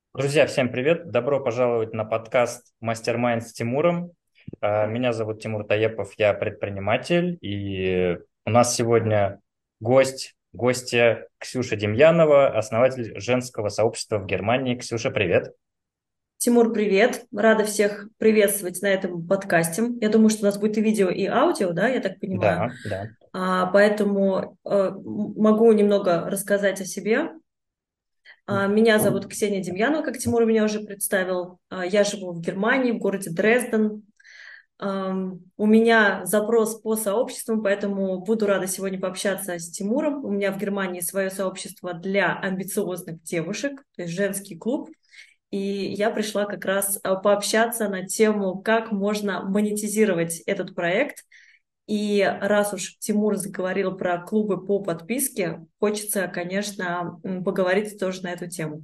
Друзья, всем привет! Добро пожаловать на подкаст «Мастермайнд» с Тимуром. Меня зовут Тимур Таепов, я предприниматель, и у нас сегодня гостья Ксюша Демьянова, основатель женского сообщества в Германии. Ксюша, привет! Тимур, привет! Рада всех приветствовать на этом подкасте. Я думаю, что у нас будет и видео, и аудио, да, я так понимаю. Да, да. Поэтому могу немного рассказать о себе. Меня зовут Ксения Демьянова, как Тимур меня уже представил. Я живу в Германии, в городе Дрезден. У меня запрос по сообществам, поэтому буду рада сегодня пообщаться с Тимуром. У меня в Германии свое сообщество для амбициозных девушек, то есть женский клуб. И я пришла как раз пообщаться на тему, как можно монетизировать этот проект. И раз уж Тимур заговорил про клубы по подписке, хочется, конечно, поговорить тоже на эту тему.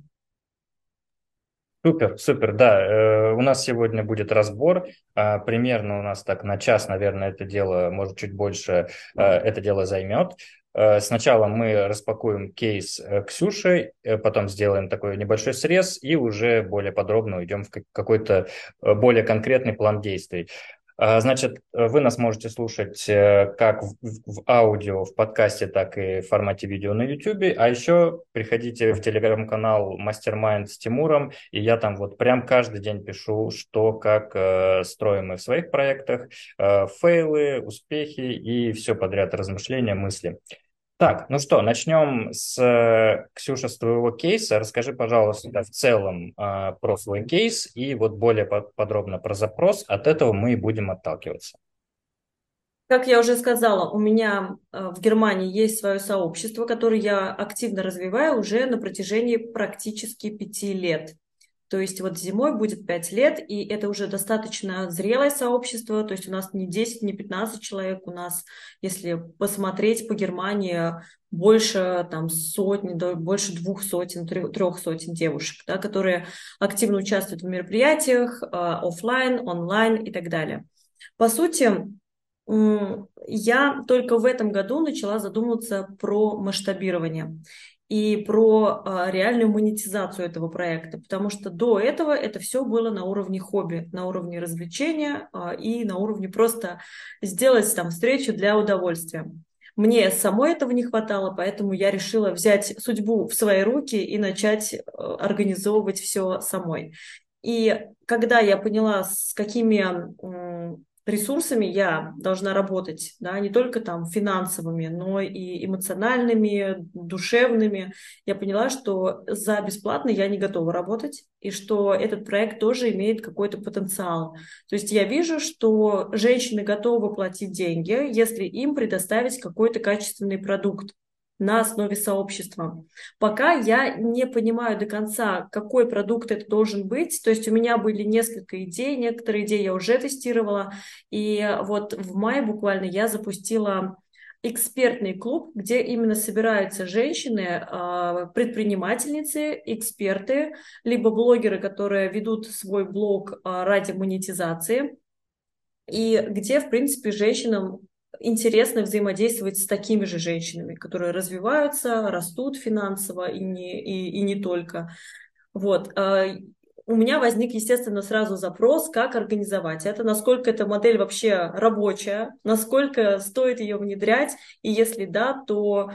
Супер, супер, да. У нас сегодня будет разбор. Примерно у нас так на час, наверное, это дело, может, чуть больше это дело займет. Сначала мы распакуем кейс Ксюши, потом сделаем такой небольшой срез и уже более подробно уйдем в какой-то более конкретный план действий. Значит, вы нас можете слушать как в аудио, в подкасте, так и в формате видео на YouTube. А еще приходите в телеграм-канал Мастермайнд с Тимуром, и я там вот прям каждый день пишу, что, как строим мы в своих проектах, фейлы, успехи и все подряд, размышления, мысли. Так, ну что, начнем с Ксюша, с твоего кейса. Расскажи, пожалуйста, в целом про свой кейс и вот более подробно про запрос. От этого мы и будем отталкиваться. Как я уже сказала, у меня в Германии есть свое сообщество, которое я активно развиваю уже на протяжении практически 5 лет. То есть вот зимой будет 5 лет, и это уже достаточно зрелое сообщество, то есть у нас не 10, не 15 человек, у нас, если посмотреть по Германии, больше там сотни, больше 2 сотен, 3 сотен девушек, да, которые активно участвуют в мероприятиях, оффлайн, онлайн и так далее. По сути, я только в этом году начала задумываться про масштабирование и про реальную монетизацию этого проекта, потому что до этого это все было на уровне хобби, на уровне развлечения и на уровне просто сделать там встречу для удовольствия. Мне самой этого не хватало, поэтому я решила взять судьбу в свои руки и начать организовывать все самой. И когда я поняла, с какими ресурсами я должна работать, да, не только там финансовыми, но и эмоциональными, душевными. Я поняла, что за бесплатно я не готова работать, и что этот проект тоже имеет какой-то потенциал. То есть я вижу, что женщины готовы платить деньги, если им предоставить какой-то качественный продукт на основе сообщества. Пока я не понимаю до конца, какой продукт это должен быть. То есть у меня были несколько идей, некоторые идеи я уже тестировала. И вот в мае буквально я запустила экспертный клуб, где именно собираются женщины, предпринимательницы, эксперты, либо блогеры, которые ведут свой блог ради монетизации, и где, в принципе, женщинам интересно взаимодействовать с такими же женщинами, которые развиваются, растут финансово и не только. Вот. У меня возник, естественно, сразу запрос, как организовать это, насколько эта модель вообще рабочая, насколько стоит ее внедрять, и если да, то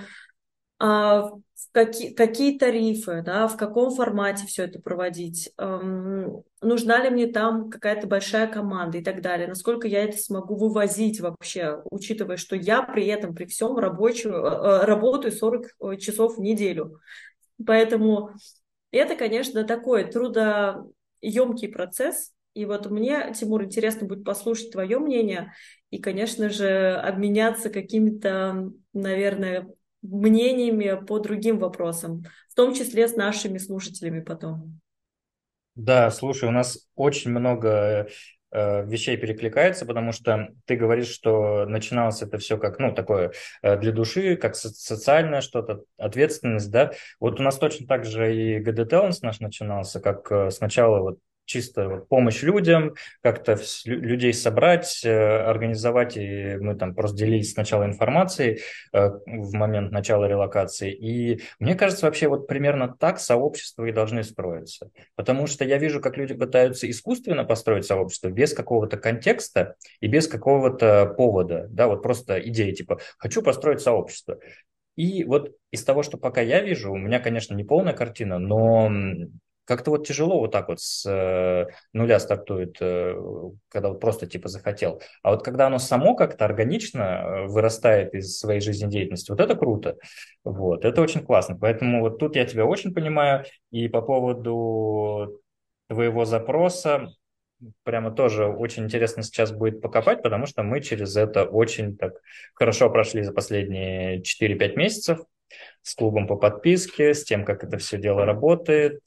какие тарифы, да, в каком формате все это проводить, нужна ли мне там какая-то большая команда и так далее, насколько я это смогу вывозить вообще, учитывая, что я при этом, при всем работаю 40 часов в неделю. Поэтому это, конечно, такой трудоемкий процесс. И вот мне, Тимур, интересно будет послушать твое мнение и, конечно же, обменяться какими-то, наверное, мнениями по другим вопросам, в том числе с нашими слушателями потом. Да, слушай, у нас очень много вещей перекликается, потому что ты говоришь, что начиналось это все как, ну, такое для души, как социальное что-то, ответственность, да. Вот у нас точно так же и ГДТ у нас наш начинался, как сначала вот чисто вот помощь людям, как-то людей собрать, организовать, и мы там просто делились сначала информацией в момент начала релокации. И мне кажется, вообще вот примерно так сообщества и должны строиться. Потому что я вижу, как люди пытаются искусственно построить сообщество без какого-то контекста и без какого-то повода, да, вот просто идея типа «хочу построить сообщество». И вот из того, что пока я вижу, у меня, конечно, не полная картина, но как-то вот тяжело вот так вот с нуля стартует, когда вот просто типа захотел. А вот когда оно само как-то органично вырастает из своей жизнедеятельности, вот это круто. Вот, это очень классно. Поэтому вот тут я тебя очень понимаю. И по поводу твоего запроса, прямо тоже очень интересно сейчас будет покопать, потому что мы через это очень так хорошо прошли за последние 4-5 месяцев с клубом по подписке, с тем, как это все дело работает,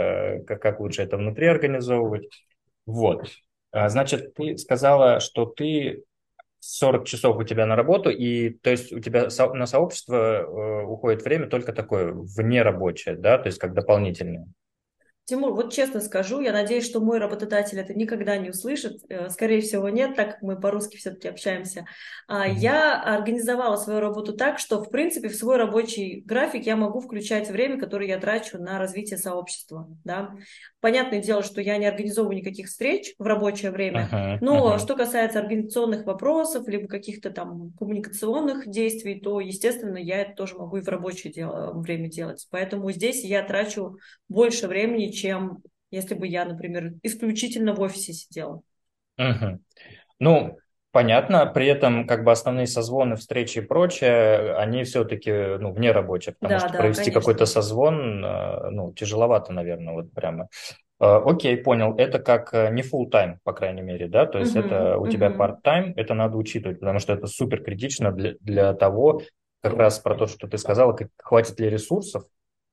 как лучше это внутри организовывать. Вот. Значит, ты сказала, что ты 40 часов у тебя на работу, и то есть у тебя на сообщество уходит время только такое внерабочее, да, то есть как дополнительное. Тимур, вот честно скажу, я надеюсь, что мой работодатель это никогда не услышит. Скорее всего, нет, так как мы по-русски все-таки общаемся. Мгм. Я организовала свою работу так, что, в принципе, в свой рабочий график я могу включать время, которое я трачу на развитие сообщества. Да? Понятное дело, что я не организовываю никаких встреч в рабочее время, Мгм. но Мгм. что касается организационных вопросов, либо каких-то там коммуникационных действий, то, естественно, я это тоже могу и в рабочее время делать. Поэтому здесь я трачу больше времени, чем если бы я, например, исключительно в офисе сидела. Мгм. Ну, понятно, при этом как бы основные созвоны, встречи и прочее, они все-таки, ну, вне рабочие, потому Да, что да, провести какой-то конечно. созвон, ну, тяжеловато, наверное, вот прямо. Окей, понял. Это как не full time, по крайней мере, да? То есть это Мгм, у тебя мгм, part-time, это надо учитывать, потому что это супер критично для того, как раз про то, что ты сказала, хватит ли ресурсов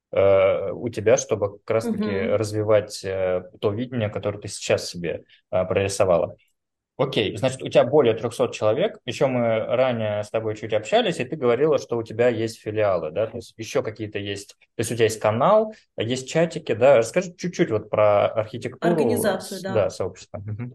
у тебя, чтобы как раз-таки мгм. развивать то видение, которое ты сейчас себе прорисовала. Окей, значит, у тебя более 300 человек. Еще мы ранее с тобой чуть общались, и ты говорила, что у тебя есть филиалы, да, то есть еще какие-то есть. То есть у тебя есть канал, есть чатики, да. Расскажи чуть-чуть вот про архитектуру, Организацию, да, да. сообщества. Мгм.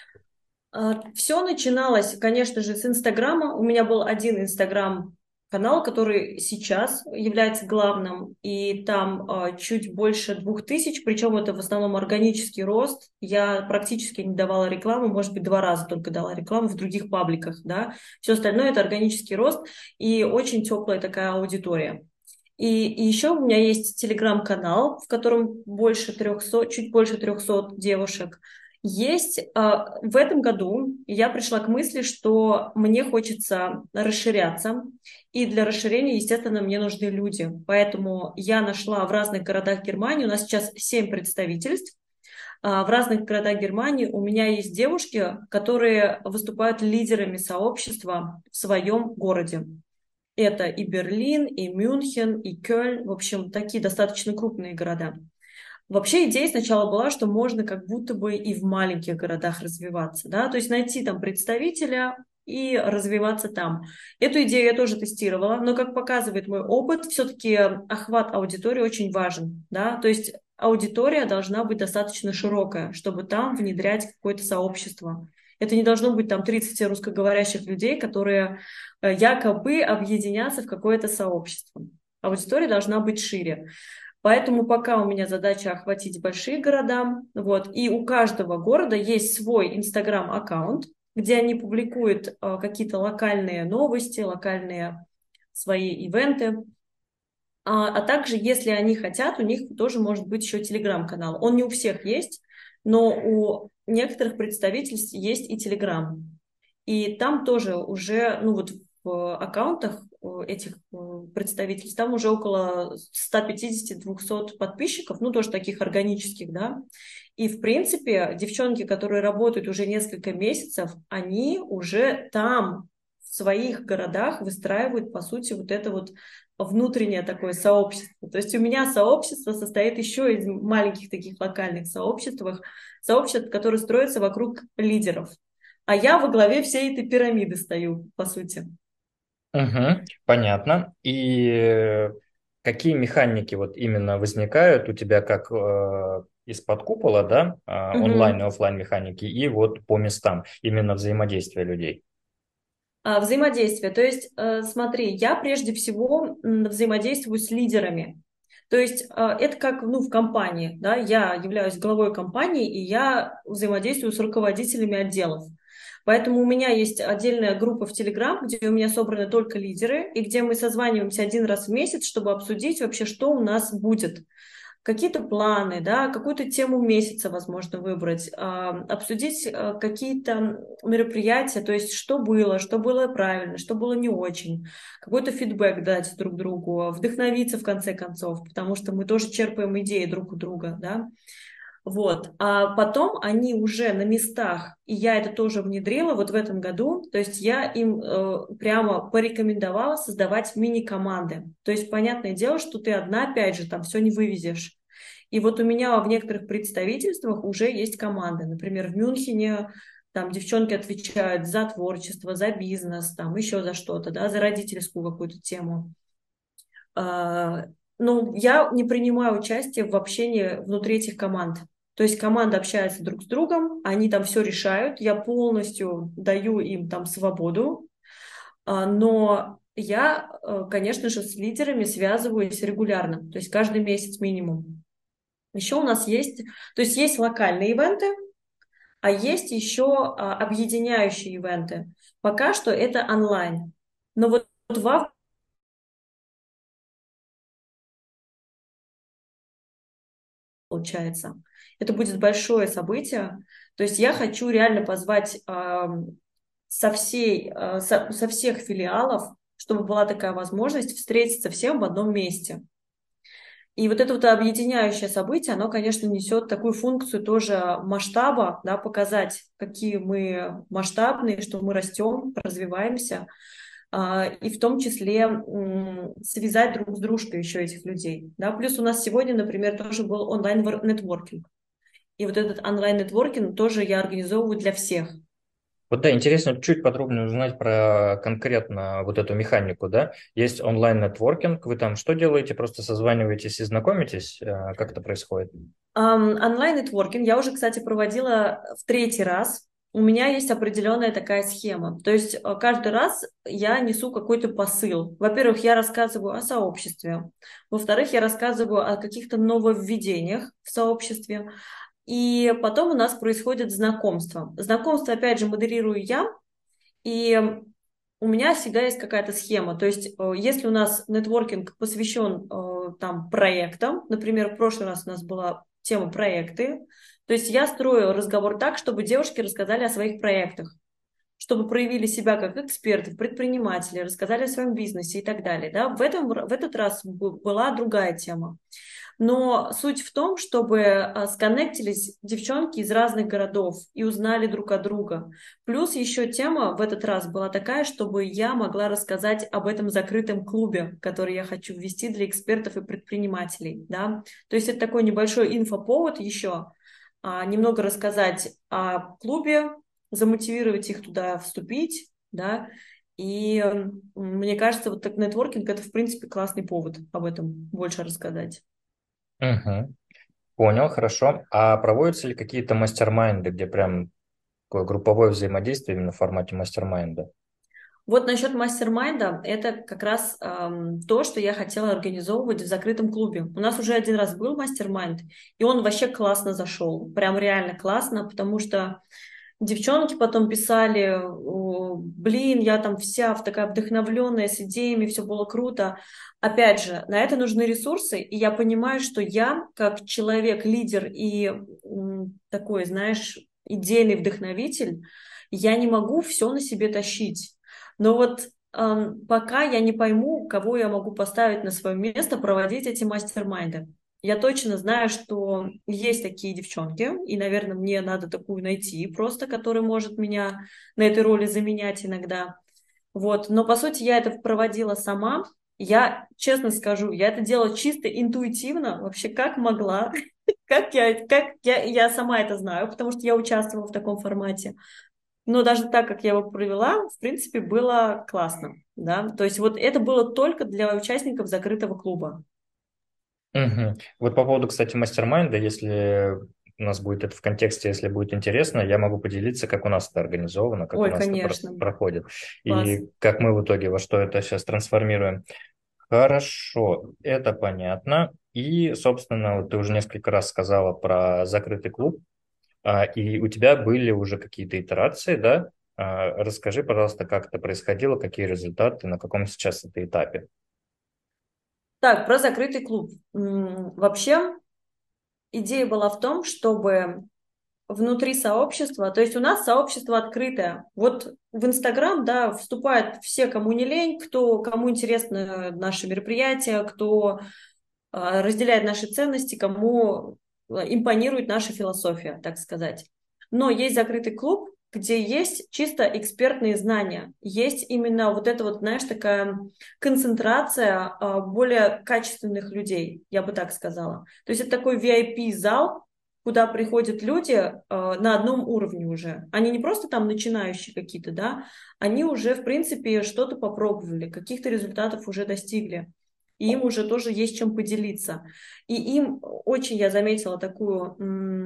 Все начиналось, конечно же, с Инстаграма. У меня был один Инстаграм-канал, который сейчас является главным, и там чуть больше 2000, причем это в основном органический рост. Я практически не давала рекламу, может быть, 2 раза только дала рекламу в других пабликах, да. Все остальное это органический рост и очень теплая такая аудитория. И еще у меня есть телеграм-канал, в котором больше 300, чуть больше 300 девушек. В этом году я пришла к мысли, что мне хочется расширяться, и для расширения, естественно, мне нужны люди. Поэтому я нашла в разных городах Германии, у нас сейчас 7 представительств, в разных городах Германии у меня есть девушки, которые выступают лидерами сообщества в своем городе. Это и Берлин, и Мюнхен, и Кёльн, в общем, такие достаточно крупные города. Вообще идея сначала была, что можно как будто бы и в маленьких городах развиваться, да, то есть найти там представителя и развиваться там. Эту идею я тоже тестировала, но, как показывает мой опыт, все-таки охват аудитории очень важен, да, то есть аудитория должна быть достаточно широкая, чтобы там внедрять какое-то сообщество. Это не должно быть там 30 русскоговорящих людей, которые якобы объединятся в какое-то сообщество. Аудитория должна быть шире. Поэтому пока у меня задача охватить большие города, вот, и у каждого города есть свой Инстаграм-аккаунт, где они публикуют какие-то локальные новости, локальные свои ивенты, а также, если они хотят, у них тоже может быть еще Телеграм-канал. Он не у всех есть, но у некоторых представительств есть и Телеграм. И там тоже уже, ну вот в аккаунтах этих представительств, там уже около 150-200 подписчиков, ну тоже таких органических, да. И в принципе девчонки, которые работают уже несколько месяцев, они уже там в своих городах выстраивают, по сути, вот это вот внутреннее такое сообщество. То есть у меня сообщество состоит еще из маленьких таких локальных сообществ, которые строятся вокруг лидеров. А я во главе всей этой пирамиды стою, по сути. Мгм. Понятно. И какие механики вот именно возникают у тебя как из-под купола, да, онлайн и Мгм. оффлайн механики, и вот по местам, именно взаимодействия людей? Взаимодействие. То есть, смотри, я прежде всего взаимодействую с лидерами. То есть это как ну, в компании, да, я являюсь главой компании, и я взаимодействую с руководителями отделов. Поэтому у меня есть отдельная группа в Telegram, где у меня собраны только лидеры, и где мы созваниваемся один раз в месяц, чтобы обсудить вообще, что у нас будет. Какие-то планы, да, какую-то тему месяца, возможно, выбрать, обсудить какие-то мероприятия, то есть что было правильно, что было не очень, какой-то фидбэк дать друг другу, вдохновиться в конце концов, потому что мы тоже черпаем идеи друг у друга, да. Вот. А потом они уже на местах, и я это тоже внедрила вот в этом году, то есть я им прямо порекомендовала создавать мини-команды. То есть понятное дело, что ты одна, опять же, там все не вывезешь. И вот у меня в некоторых представительствах уже есть команды. Например, в Мюнхене там девчонки отвечают за творчество, за бизнес, там еще за что-то, да, за родительскую какую-то тему. А, Ну, я не принимаю участие в общении внутри этих команд. То есть команда общается друг с другом, они там все решают, я полностью даю им там свободу, но я, конечно же, с лидерами связываюсь регулярно, то есть каждый месяц минимум. Еще у нас есть, то есть есть локальные ивенты, а есть еще объединяющие ивенты. Пока что это онлайн. Но вот в получается. Это будет большое событие. То есть я хочу реально позвать со всех филиалов, чтобы была такая возможность встретиться всем в одном месте. И вот это вот объединяющее событие, оно, конечно, несет такую функцию тоже масштаба, да, показать, какие мы масштабные, что мы растем, развиваемся, и в том числе связать друг с дружкой еще этих людей. Да. Плюс у нас сегодня, например, тоже был онлайн-нетворкинг. И вот этот онлайн-нетворкинг тоже я организовываю для всех. Вот да, интересно чуть подробнее узнать про конкретно вот эту механику, да? Есть онлайн-нетворкинг, вы там что делаете? Просто созваниваетесь и знакомитесь? Как это происходит? Онлайн-нетворкинг я уже, кстати, проводила в третий раз. У меня есть определенная такая схема. То есть каждый раз я несу какой-то посыл. Во-первых, я рассказываю о сообществе. Во-вторых, я рассказываю о каких-то нововведениях в сообществе. И потом у нас происходит знакомство. Знакомство, опять же, модерирую я. И у меня всегда есть какая-то схема. То есть, если у нас нетворкинг посвящен там проектам, например, в прошлый раз у нас была тема проекты, то есть я строю разговор так, чтобы девушки рассказали о своих проектах, чтобы проявили себя как эксперты, предприниматели, рассказали о своем бизнесе и так далее. Да? В этот раз была другая тема. Но суть в том, чтобы сконнектились девчонки из разных городов и узнали друг от друга. Плюс еще тема в этот раз была такая, чтобы я могла рассказать об этом закрытом клубе, который я хочу ввести для экспертов и предпринимателей. Да? То есть это такой небольшой инфоповод еще, немного рассказать о клубе, замотивировать их туда вступить, да, и мне кажется, вот так нетворкинг это, в принципе, классный повод об этом больше рассказать. Мгм. Понял, хорошо. А проводятся ли какие-то мастер-майнды, где прям такое групповое взаимодействие именно в формате мастер-майнда? Вот насчет мастер-майнда, это как раз то, что я хотела организовывать в закрытом клубе. У нас уже один раз был мастер-майнд, и он вообще классно зашел. Прям реально классно, потому что девчонки потом писали: блин, я там вся такая вдохновленная с идеями, все было круто. Опять же, на это нужны ресурсы, и я понимаю, что я, как человек, лидер и такой, знаешь, идейный вдохновитель, я не могу все на себе тащить. Но вот пока я не пойму, кого я могу поставить на свое место, проводить эти мастер-майнды. Я точно знаю, что есть такие девчонки, и, наверное, мне надо такую найти просто, которая может меня на этой роли заменять иногда. Вот. Но, по сути, я это проводила сама. Я, честно скажу, я это делала чисто интуитивно, вообще как могла, я сама это знаю, потому что я участвовала в таком формате. Но даже так, как я его провела, в принципе, было классно, да. То есть вот это было только для участников закрытого клуба. Мгм. Вот по поводу, кстати, мастер-майнда, если у нас будет это в контексте, если будет интересно, я могу поделиться, как у нас это организовано, как у Ой, нас это конечно, проходит, класс. и как мы в итоге во что это сейчас трансформируем. Хорошо, это понятно. И, собственно, вот ты уже несколько раз сказала про закрытый клуб, и у тебя были уже какие-то итерации, да? Расскажи, пожалуйста, как это происходило, какие результаты, на каком сейчас это этапе. Так, про закрытый клуб. Вообще, идея была в том, чтобы внутри сообщества, то есть у нас сообщество открытое. Вот в Инстаграм, да, вступают все, кому не лень, кто, кому интересно наши мероприятия, кто разделяет наши ценности, кому импонирует наша философия, так сказать. Но есть закрытый клуб, где есть чисто экспертные знания. Есть именно вот эта вот, знаешь, такая концентрация более качественных людей, я бы так сказала. То есть это такой VIP-зал, куда приходят люди на одном уровне уже. Они не просто там начинающие какие-то, да, они уже, в принципе, что-то попробовали, каких-то результатов уже достигли. И им уже тоже есть чем поделиться. И им очень, я заметила такую,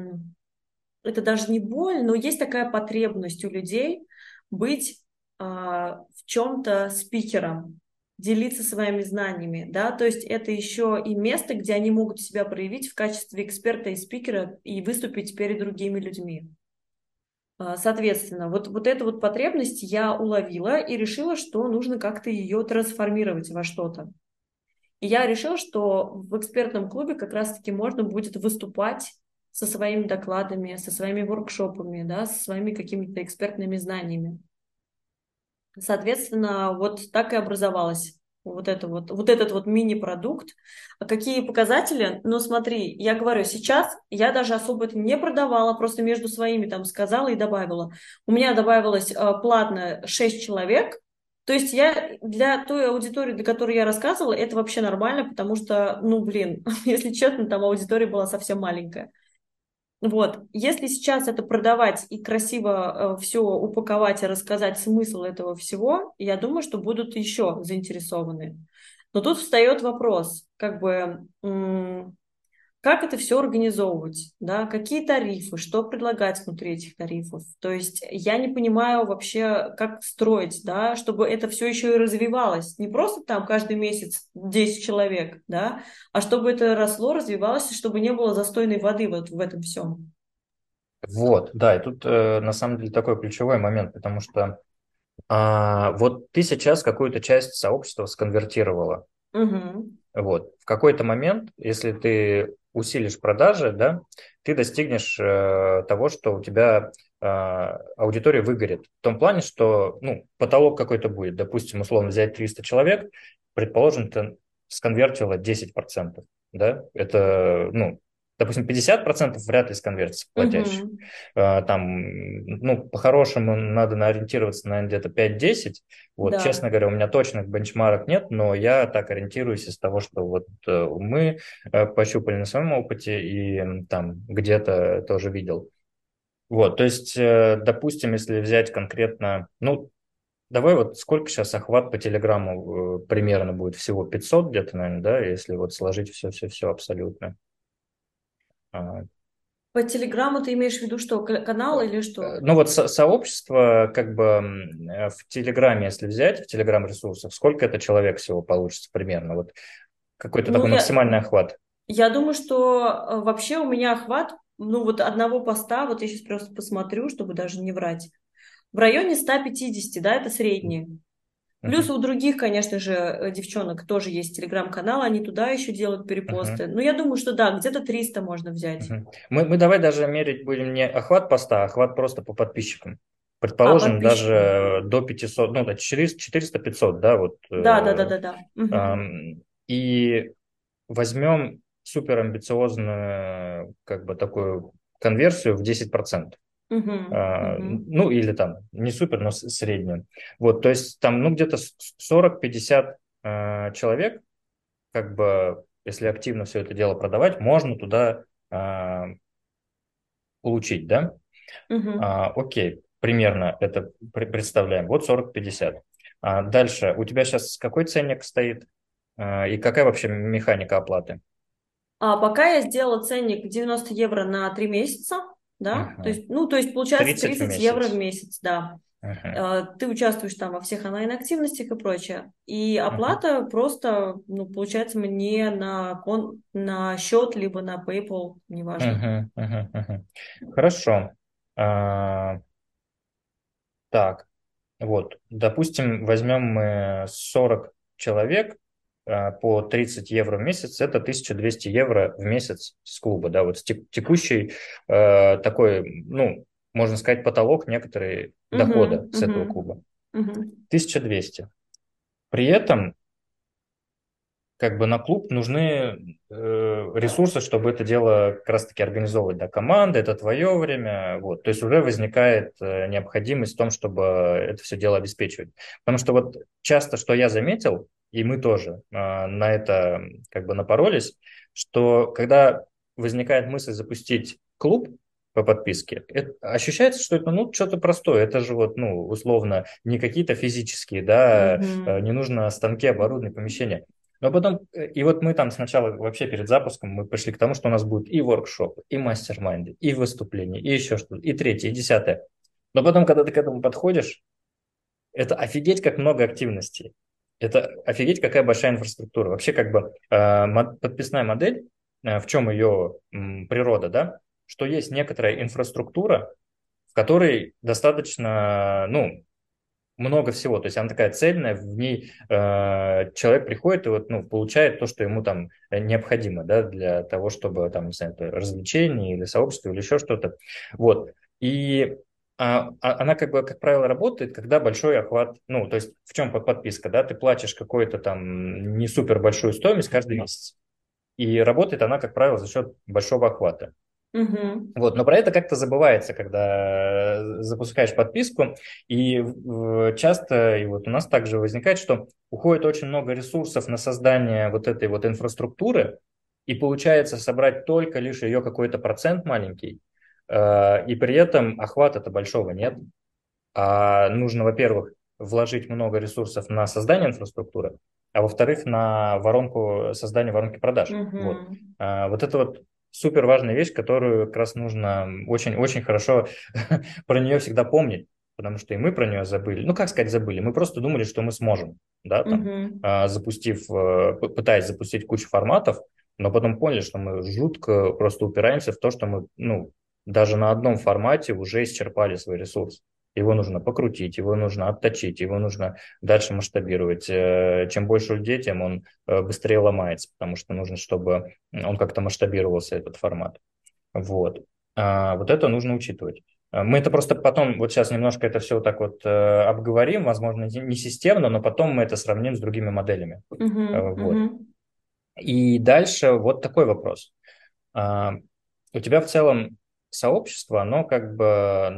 это даже не боль, но есть такая потребность у людей быть в чем-то спикером, делиться своими знаниями, да, то есть это еще и место, где они могут себя проявить в качестве эксперта и спикера и выступить перед другими людьми. Соответственно, вот эту вот потребность я уловила и решила, что нужно как-то ее трансформировать во что-то. И я решила, что в экспертном клубе как раз-таки можно будет выступать со своими докладами, со своими воркшопами, да, со своими какими-то экспертными знаниями. Соответственно, вот так и образовалось вот этот вот мини-продукт. А какие показатели? Ну, смотри, я говорю, сейчас я даже особо это не продавала, просто между своими там сказала и добавила. У меня добавилось платно 6 человек. То есть я для той аудитории, для которой я рассказывала, это вообще нормально, потому что, ну, блин, если честно, там аудитория была совсем маленькая. Вот, если сейчас это продавать и красиво все упаковать и рассказать смысл этого всего, я думаю, что будут еще заинтересованы. Но тут встает вопрос, как бы, как это все организовывать, да, какие тарифы, что предлагать внутри этих тарифов. То есть я не понимаю вообще, как строить, да, чтобы это все еще и развивалось. Не просто там каждый месяц 10 человек, да, а чтобы это росло, развивалось, и чтобы не было застойной воды вот в этом всем. Вот, да, и тут на самом деле такой ключевой момент, потому что вот ты сейчас какую-то часть сообщества сконвертировала. Мгм. Вот. В какой-то момент, если ты усилишь продажи, да, ты достигнешь того, что у тебя аудитория выгорит. В том плане, что ну, потолок какой-то будет. Допустим, условно взять 300 человек, предположим, ты сконвертила 10%. Да? Это, ну, допустим, 50% вряд ли сконвертится в платящих. Мгм. Там, ну, по-хорошему надо ориентироваться на где-то 5-10. Вот, Да. честно говоря, у меня точных бенчмарок нет, но я так ориентируюсь из того, что вот мы пощупали на своем опыте и там где-то тоже видел. Вот, то есть, допустим, если взять конкретно, ну, давай вот сколько сейчас охват по Телеграму примерно будет? Всего 500 где-то, наверное, да, если вот сложить все-все-все абсолютно. А, По Телеграму ты имеешь в виду что, канал или что? Ну вот сообщество, как бы в Телеграме, если взять, в Телеграм-ресурсах, сколько это человек всего получится примерно? Вот какой-то Ну, такой максимальный охват. я думаю, что вообще у меня охват, ну, вот одного поста, вот я сейчас просто посмотрю, чтобы даже не врать, в районе 150, да, это средний. Плюс Мгм. у других, конечно же, девчонок тоже есть телеграм-канал, они туда еще делают Мгм. перепосты. Ну, я думаю, что да, где-то 300 можно взять. Мгм. Мы давай даже мерить будем не охват поста, а охват просто по подписчикам. А, Предположим, подписчикам. даже до 500, ну, да, 400-500, да, вот. Да, да, да, да, да. Мгм. И возьмем супер амбициозную, как бы, такую конверсию в 10%. Мгм. Мгм. Ну, или там не супер, но среднюю. Вот, то есть там, ну, где-то 40-50 человек, как бы, если активно все это дело продавать, можно туда а, получить, да? Мгм. Окей, примерно это представляем. Вот 40-50. Дальше, у тебя сейчас какой ценник стоит? И какая вообще механика оплаты? А пока я сделала ценник 90 евро на 3 месяца, да, то Мгм. есть, ну, то есть получается 30 в 30 евро в месяц. месяц, да. Мгм. Ты участвуешь там во всех онлайн-активностях и прочее. И Мгм. оплата просто, ну, получается мне на счет, либо на PayPal, неважно. Мгм. Мгм. Мгм. Хорошо. А, так, вот, допустим, возьмем мы 40 человек по 30 евро в месяц, это 1200 евро в месяц с клуба, да, вот текущий такой, ну, можно сказать, потолок некоторые дохода Угу, с этого угу, клуба. угу, 1200. При этом как бы на клуб нужны ресурсы, чтобы это дело как раз-таки организовывать. Да, команда, это твое время. Вот. То есть уже возникает необходимость в том, чтобы это все дело обеспечивать. Потому что вот часто, что я заметил, и мы тоже на это как бы напоролись, что когда возникает мысль запустить клуб по подписке, ощущается, что это ну, что-то простое. Это же вот, ну, условно, не какие-то физические, да, угу, не нужно станки, оборудование, помещения. Но потом, и вот мы там сначала вообще перед запуском мы пришли к тому, что у нас будет и воркшоп, и мастер-майнды, и выступления, и еще что-то, и третье, и десятое. Но потом, когда ты к этому подходишь, это офигеть, как много активностей. Это офигеть, какая большая инфраструктура. Вообще, как бы подписная модель, в чем ее природа, да, что есть некоторая инфраструктура, в которой достаточно, ну, много всего. То есть она такая цельная, в ней человек приходит и вот, ну, получает то, что ему там необходимо, да, для того, чтобы там, не знаю, это развлечение или сообщество или еще что-то. Вот. И она как бы, как правило, работает, когда большой охват, ну, то есть в чем подписка, да, ты платишь какую-то там не супер большую стоимость каждый месяц. И работает она, как правило, за счет большого охвата. угу, Вот, но про это как-то забывается, когда запускаешь подписку, и часто, и вот у нас также возникает, что уходит очень много ресурсов на создание вот этой вот инфраструктуры, и получается собрать только лишь ее какой-то процент маленький, и при этом охвата-то большого нет. А нужно, во-первых, вложить много ресурсов на создание инфраструктуры, а во-вторых, на воронку, создание воронки продаж. Вот. угу, Вот это вот супер важная вещь, которую как раз нужно очень-очень хорошо про нее всегда помнить, потому что и мы про нее забыли. Ну, как сказать, забыли? Мы просто думали, что мы сможем, да, там, угу. пытаясь запустить кучу форматов, но потом поняли, что мы жутко просто упираемся в то, что мы, ну, даже на одном формате уже исчерпали свой ресурс. Его нужно покрутить, его нужно отточить, его нужно дальше масштабировать. Чем больше людей, тем он быстрее ломается, потому что нужно, чтобы он как-то масштабировался, этот формат. Вот. Вот это нужно учитывать. Мы это просто потом, вот сейчас немножко это все так вот обговорим, возможно, не системно, но потом мы это сравним с другими моделями. Мгм, Вот. мгм. И дальше вот такой вопрос. А, У тебя в целом сообщество, оно как бы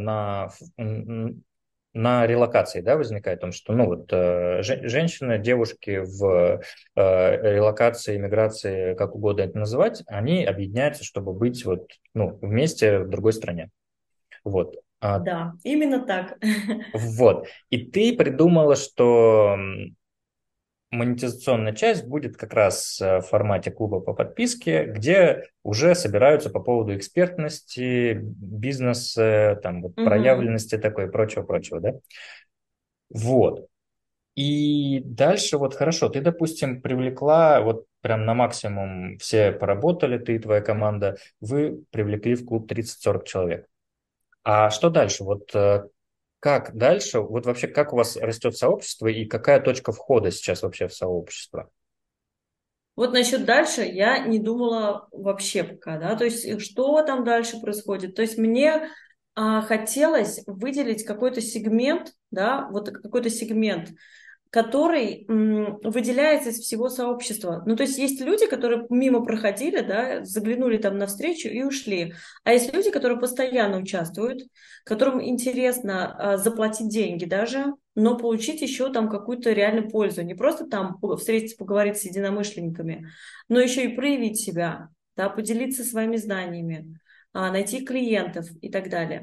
на релокации, да, возникает, том, что, ну, вот, женщины, девушки в релокации, миграции, как угодно это называть, они объединяются, чтобы быть вот, ну, вместе в другой стране. Вот. Да, именно так. Вот. И ты придумала, что монетизационная часть будет как раз в формате клуба по подписке, где уже собираются по поводу экспертности, бизнеса, там, вот, Мгм. проявленности такой и прочего-прочего, да? Вот. И дальше вот хорошо, ты, допустим, привлекла, вот прям на максимум все поработали, ты и твоя команда, вы привлекли в клуб 30-40 человек. А что дальше? Вот как дальше? Вот вообще как у вас растет сообщество и какая точка входа сейчас вообще в сообщество? Вот насчет дальше я не думала вообще пока, да, то есть что там дальше происходит. То есть мне хотелось выделить какой-то сегмент, да, вот какой-то сегмент, который выделяется из всего сообщества. Ну, то есть есть люди, которые мимо проходили, да, заглянули там навстречу и ушли. А есть люди, которые постоянно участвуют, которым интересно заплатить деньги даже, но получить еще там какую-то реальную пользу. Не просто там встретиться, поговорить с единомышленниками, но еще и проявить себя, да, поделиться своими знаниями, найти клиентов и так далее.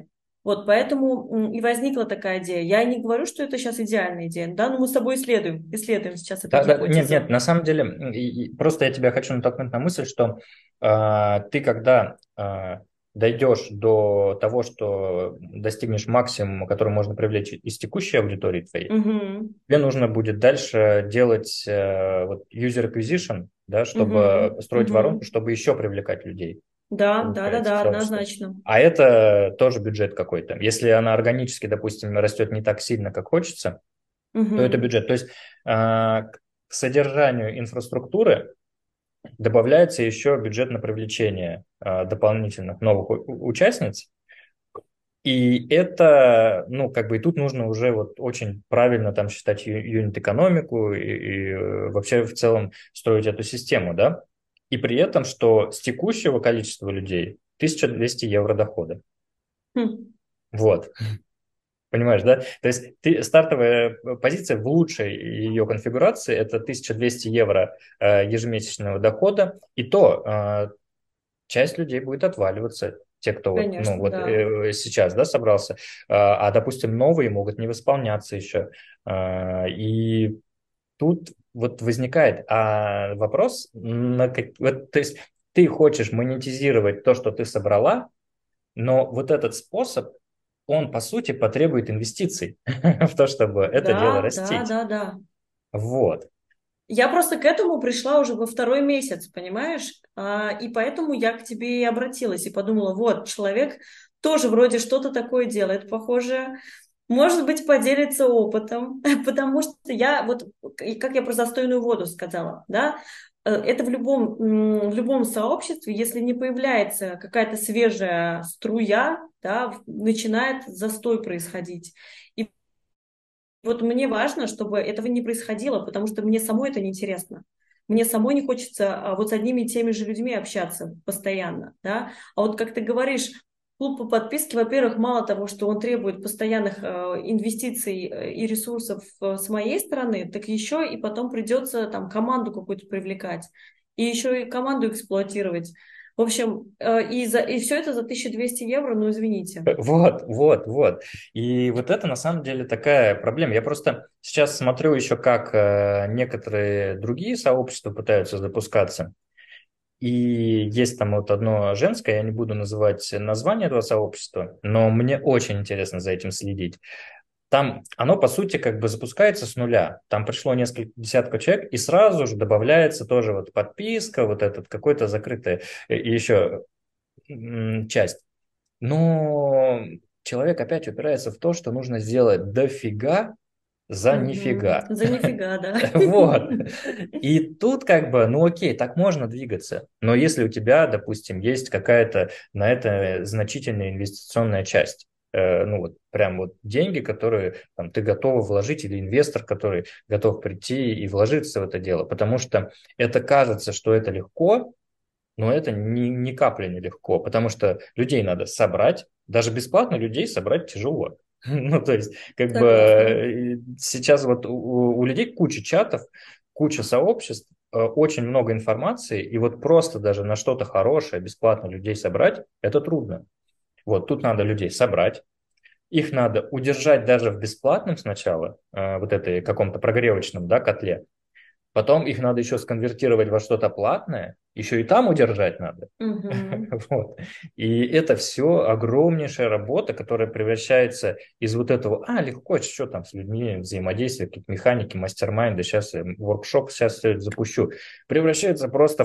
Вот, поэтому и возникла такая идея. Я не говорю, что это сейчас идеальная идея, да, но мы с тобой исследуем сейчас эту Да, да, нет, нет, гипотезу. на самом деле, просто я тебя хочу натолкнуть на мысль, что ты, когда дойдешь до того, что достигнешь максимума, который можно привлечь из текущей аудитории твоей, Угу, тебе нужно будет дальше делать вот user acquisition, да, чтобы угу, строить воронку, угу. чтобы еще привлекать людей, Да, да, да, получается, в да, сообщество. однозначно. А это тоже бюджет какой-то. Если она органически, допустим, растет не так сильно, как хочется, то это Угу. бюджет. То есть к содержанию инфраструктуры добавляется еще бюджет на привлечение дополнительных новых участниц. И это, ну, как бы и тут нужно уже вот очень правильно там считать юнит-экономику и вообще в целом строить эту систему, да. И при этом, что с текущего количества людей 1200 евро дохода. Хм. Вот. Понимаешь, да? То есть стартовая позиция в лучшей ее конфигурации – это 1200 евро ежемесячного дохода, и то часть людей будет отваливаться, те, кто вот, ну, Конечно, вот да. сейчас, да, собрался, допустим, новые могут не восполняться еще. И тут вот возникает вопрос, вот, то есть ты хочешь монетизировать то, что ты собрала, но вот этот способ, он, по сути, потребует инвестиций в то, чтобы это дело Да, да, растить. да, да. Вот. Я просто к этому пришла уже во второй месяц, понимаешь? И поэтому я к тебе и обратилась и подумала, вот, человек тоже вроде что-то такое делает похожее, может быть, поделится опытом, потому что я, вот, как я про застойную воду сказала, да, это в любом сообществе, если не появляется какая-то свежая струя, да, начинает застой происходить. И вот мне важно, чтобы этого не происходило, потому что мне самой это неинтересно. Мне самой не хочется вот с одними и теми же людьми общаться постоянно, да. А вот как ты говоришь, клуб по подписке, во-первых, мало того, что он требует постоянных инвестиций и ресурсов с моей стороны, так еще и потом придется там команду какую-то привлекать и еще и команду эксплуатировать. В общем, и все это за 1200 евро, ну извините. Вот, вот, вот. И вот это на самом деле такая проблема. Я просто сейчас смотрю еще, как некоторые другие сообщества пытаются запускаться. И есть там вот одно женское, я не буду называть название этого сообщества, но мне очень интересно за этим следить. Там оно, по сути, как бы запускается с нуля. Там пришло несколько десятков человек, и сразу же добавляется тоже вот подписка, вот этот какой-то закрытый еще часть. Но человек опять упирается в то, что нужно сделать дофига за Мгм. нифига. За нифига, да. Вот. И тут как бы, ну окей, так можно двигаться. Но если у тебя, допустим, есть какая-то на это значительная инвестиционная часть, ну вот прям вот деньги, которые там, ты готов вложить, или инвестор, который готов прийти и вложиться в это дело, потому что это кажется, что это легко, но это ни капли не легко, потому что людей надо собрать, даже бесплатно людей собрать тяжело. Ну, то есть, как бы Согласна. сейчас вот у людей куча чатов, куча сообществ, очень много информации, и вот просто даже на что-то хорошее бесплатно людей собрать, это трудно. Вот тут надо людей собрать, их надо удержать даже в бесплатном сначала, вот этой каком-то прогревочном, да, котле, потом их надо еще сконвертировать во что-то платное, еще и там удержать надо. Мгм. Вот. И это все огромнейшая работа, которая превращается из вот этого, легко, что там с людьми взаимодействие, какие-то механики, мастер-майнды, сейчас я воркшоп, сейчас все это запущу, превращается просто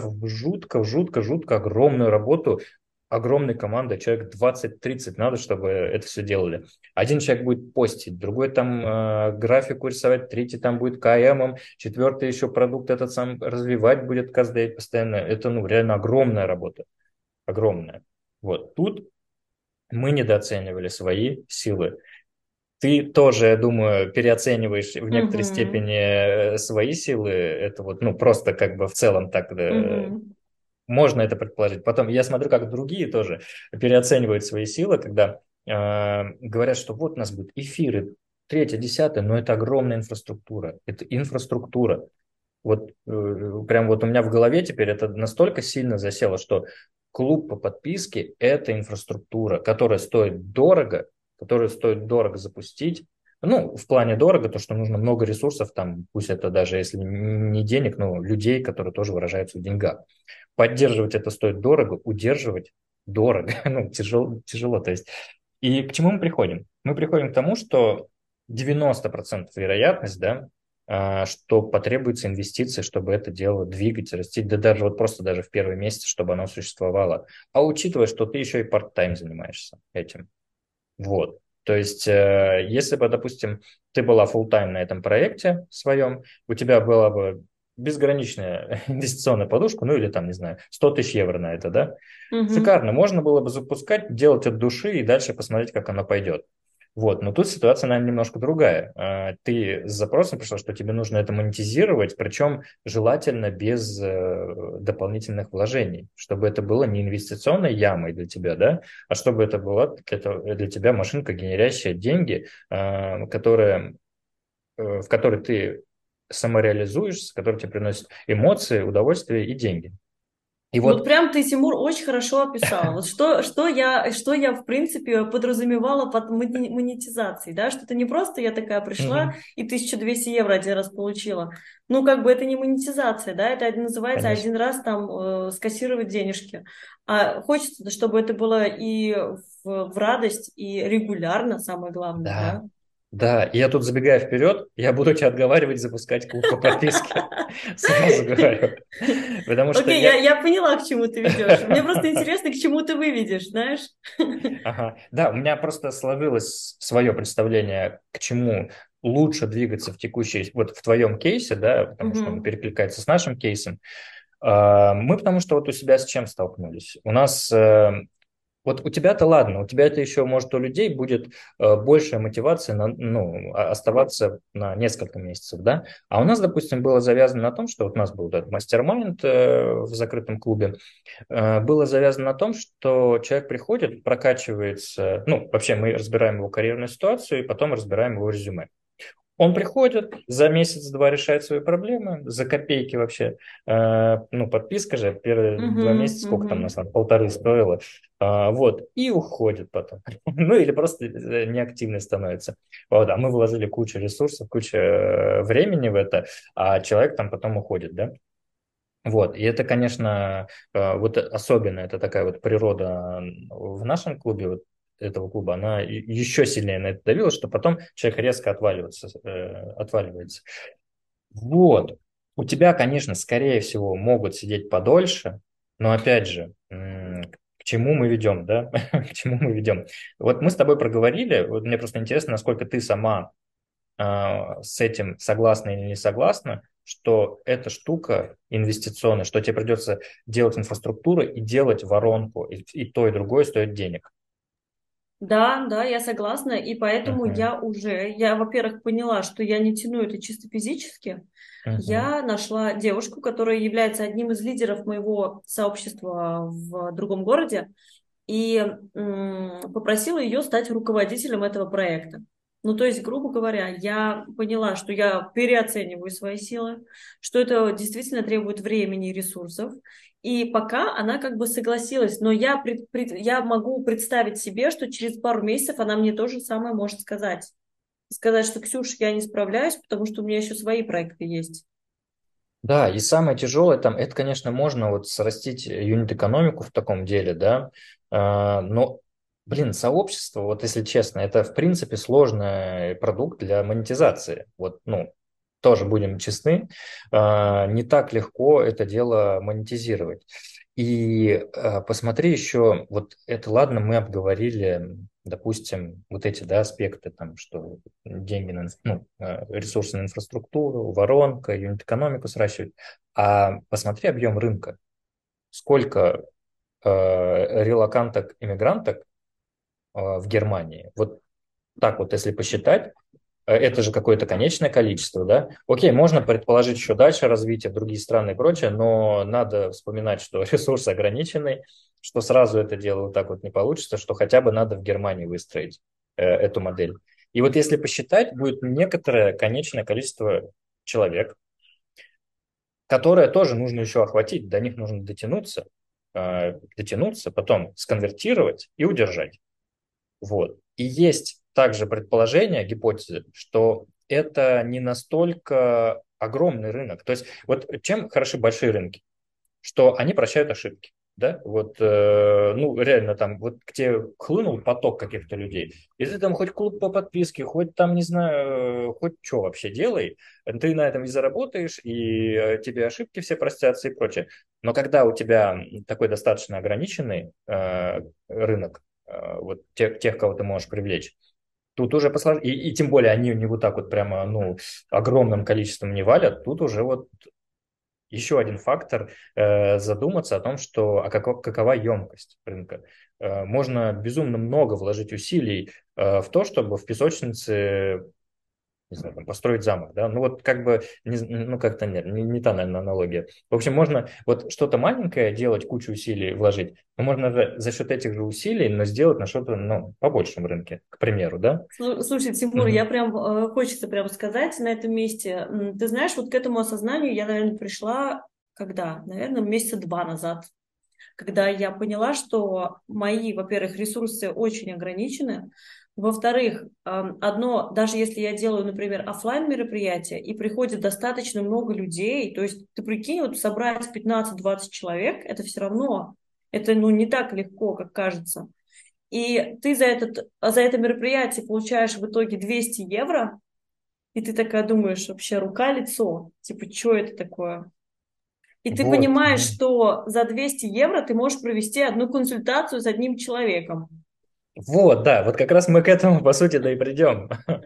в жутко огромную работу, огромной командой, человек 20-30 надо, чтобы это все делали. Один человек будет постить, другой там графику рисовать, третий там будет КМом, четвертый еще продукт этот сам развивать будет каждый день постоянно. Это, ну, реально огромная работа, огромная. Вот тут мы недооценивали свои силы. Ты тоже, я думаю, переоцениваешь в некоторой Мгм. степени свои силы. Это вот, ну, просто как бы в целом так Мгм. можно это предположить. Потом я смотрю, как другие тоже переоценивают свои силы, когда говорят, что вот у нас будут эфиры, третье, десятое, но это огромная инфраструктура. Это инфраструктура. Вот прям вот у меня в голове теперь это настолько сильно засело, что клуб по подписке – это инфраструктура, которая стоит дорого, которую стоит дорого запустить. Ну, в плане дорого, то, что нужно много ресурсов, там, пусть это даже если не денег, но людей, которые тоже выражаются в деньгах. Поддерживать это стоит дорого, удерживать дорого, ну, тяжело, тяжело. То есть, и к чему мы приходим? Мы приходим к тому, что 90% вероятность, да, что потребуется инвестиции, чтобы это дело двигать, растить, да даже вот просто даже в первый месяц, чтобы оно существовало. А учитывая, что ты еще и part-time занимаешься этим. Вот. То есть, если бы, допустим, ты была full-time на этом проекте своем, у тебя была бы безграничная инвестиционная подушка, ну или там, не знаю, 100 тысяч евро на это, да? Мгм. Шикарно, можно было бы запускать, делать от души и дальше посмотреть, как оно пойдет. Вот, но тут ситуация, наверное, немножко другая. Ты с запросом пришла, что тебе нужно это монетизировать, причем желательно без дополнительных вложений, чтобы это было не инвестиционной ямой для тебя, да, а чтобы это была для тебя машинка, генерящая деньги, в которой ты самореализуешься, которая тебе приносит эмоции, удовольствие и деньги. И Вот вот. прям ты, Тимур, очень хорошо описал. Вот что я, в принципе, подразумевала под монетизацией, да, что это не просто я такая пришла Мгм. и 1200 евро один раз получила. Ну, как бы это не монетизация, да, это называется Конечно. один раз там скассировать денежки. А хочется, чтобы это было и в радость, и регулярно, самое главное, да. Да, да. И я тут забегая вперед, я буду тебя отговаривать запускать клуб по подписке. Сразу говорю. Потому что Окей, я. я поняла, к чему ты ведешь. Мне просто интересно, к чему ты выведешь, знаешь. Ага. Да, у меня просто сложилось свое представление, к чему лучше двигаться в текущей, вот в твоем кейсе, да, потому что он Мгм. перекликается с нашим кейсом. Мы потому что вот у себя с чем столкнулись? У нас вот у тебя-то ладно, у тебя это еще, может, у людей будет большая мотивация ну, оставаться на несколько месяцев, да? А у нас, допустим, было завязано на том, что вот у нас был этот мастер-майнд в закрытом клубе, было завязано на том, что человек приходит, прокачивается, ну, вообще мы разбираем его карьерную ситуацию и потом разбираем его резюме. Он приходит, за месяц-два решает свои проблемы, за копейки вообще. Ну, подписка же, первые два Мгм, месяца, сколько мгм. там нас там, полторы стоило. Вот, и уходит потом. Ну, или просто неактивный становится. Вот, а мы вложили кучу ресурсов, кучу времени в это, а человек там потом уходит, да? Вот, и это, конечно, вот особенно это такая вот природа в нашем клубе, вот этого клуба, она еще сильнее на это давила, что потом человек резко отваливается. Вот. У тебя, конечно, скорее всего, могут сидеть подольше, но опять же, к чему мы ведем, да? К чему мы ведем? Вот мы с тобой проговорили, вот мне просто интересно, насколько ты сама с этим согласна или не согласна, что эта штука инвестиционная, что тебе придется делать инфраструктуру и делать воронку, и то, и другое стоит денег. Да, да, я согласна, и поэтому Мгм. я, во-первых, поняла, что я не тяну это чисто физически. Мгм. Я нашла девушку, которая является одним из лидеров моего сообщества в другом городе, и попросила ее стать руководителем этого проекта. Ну, то есть, грубо говоря, я поняла, что я переоцениваю свои силы, что это действительно требует времени и ресурсов. И пока она как бы согласилась, но я могу представить себе, что через пару месяцев она мне то же самое может сказать. Сказать, что, Ксюш, я не справляюсь, потому что у меня еще свои проекты есть. Да, и самое тяжелое там, это, конечно, можно вот срастить юнит-экономику в таком деле, да, но, блин, сообщество, вот если честно, это, в принципе, сложный продукт для монетизации. Вот, ну, тоже будем честны, не так легко это дело монетизировать. И посмотри еще, вот это, ладно, мы обговорили, допустим, вот эти, да, аспекты, там, что деньги на ну, ресурсы на инфраструктуру, воронка, юнит-экономику сращивать. А посмотри объем рынка. Сколько релоканток, иммигранток в Германии. Вот так вот, если посчитать, это же какое-то конечное количество, да? Окей, можно предположить еще дальше развитие в другие страны и прочее, но надо вспоминать, что ресурсы ограничены, что сразу это дело вот так вот не получится, что хотя бы надо в Германии выстроить эту модель. И вот если посчитать, будет некоторое конечное количество человек, которое тоже нужно еще охватить, до них нужно дотянуться, потом сконвертировать и удержать. Вот. И есть также предположение, гипотезы, что это не настолько огромный рынок. То есть вот чем хороши большие рынки? Что они прощают ошибки. Да, вот, ну, реально там, вот к тебе хлынул поток каких-то людей, и ты там хоть клуб по подписке, хоть там, не знаю, хоть что вообще делай, ты на этом и заработаешь, и тебе ошибки все простятся и прочее. Но когда у тебя такой достаточно ограниченный рынок, вот тех, кого ты можешь привлечь, тут уже посложнее, и тем более они не вот так вот прямо, ну, огромным количеством не валят, тут уже вот еще один фактор задуматься о том, что какова емкость рынка. Можно безумно много вложить усилий в то, чтобы в песочнице, не знаю, там, построить замок, да, ну вот как бы, ну как-то нет, не та, наверное, аналогия. В общем, можно вот что-то маленькое делать, кучу усилий вложить, но можно за счет этих же усилий, но сделать на что-то, ну, по большем рынке, к примеру, да. Слушай, Тимур, я Мгм. прям хочется прям сказать на этом месте. Ты знаешь, вот к этому осознанию я, наверное, пришла когда? Наверное, месяца 2 назад, когда я поняла, что мои, во-первых, ресурсы очень ограничены, во-вторых, одно, даже если я делаю, например, оффлайн мероприятие и приходит достаточно много людей, то есть ты прикинь, вот собрать 15-20 человек, это все равно, это ну не так легко, как кажется. И ты за это мероприятие получаешь в итоге 200 евро, и ты такая думаешь, вообще рука-лицо, типа, что это такое? И ты Вот, понимаешь, что за 200 евро ты можешь провести одну консультацию с одним человеком. вот, да, вот как раз мы к этому, по сути, да и придем.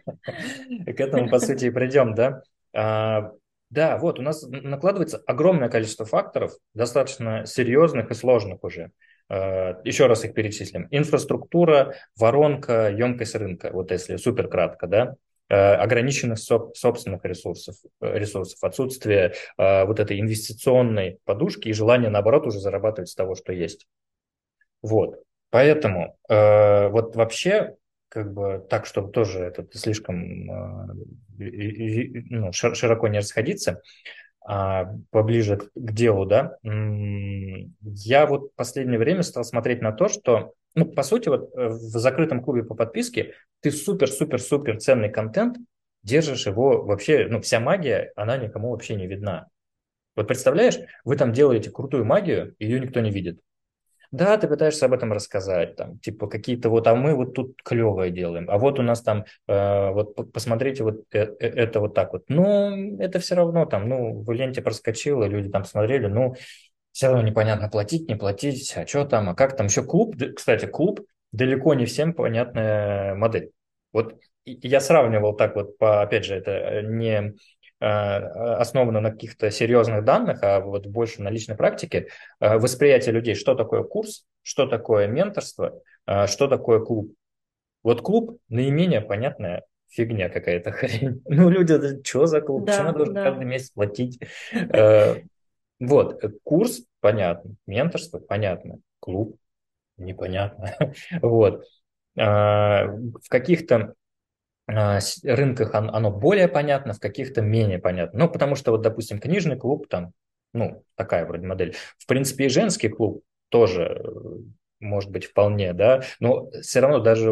К этому, по сути, и придем, да. А, да, вот у нас накладывается огромное количество факторов, достаточно серьезных и сложных уже. Еще раз их перечислим. Инфраструктура, воронка, емкость рынка, вот если супер кратко, да. Ограниченных собственных ресурсов, отсутствие вот этой инвестиционной подушки и желание, наоборот, уже зарабатывать с того, что есть. Вот. Поэтому вот вообще, как бы так, чтобы тоже это слишком ну, широко не расходиться, поближе к делу, да, я вот в последнее время стал смотреть на то, что, ну, по сути, вот в закрытом клубе по подписке ты супер-супер-супер ценный контент, держишь его вообще, ну, вся магия, она никому вообще не видна. Вот представляешь, вы там делаете крутую магию, ее никто не видит. Да, ты пытаешься об этом рассказать, там, типа какие-то вот, а мы вот тут клевое делаем, а вот у нас там, вот посмотрите, вот это вот так вот. Но это все равно там, ну, в ленте проскочило, люди там смотрели, ну, все равно непонятно, платить, не платить, а что там, а как там. Еще клуб, кстати, клуб далеко не всем понятная модель. Вот и я сравнивал так вот, опять же, это не основано на каких-то серьезных данных, а вот больше на личной практике, восприятие людей, что такое курс, что такое менторство, что такое клуб. Вот клуб наименее понятная фигня какая-то хрень. Ну, люди, что за клуб? Почему я Да, должен каждый да. месяц платить? Э, Вот, курс понятно, менторство понятно, клуб непонятно. Вот. В каких-то рынках оно более понятно, в каких-то менее понятно. Ну, потому что вот, допустим, книжный клуб там, ну, такая вроде модель. В принципе, и женский клуб тоже может быть вполне, да, но все равно даже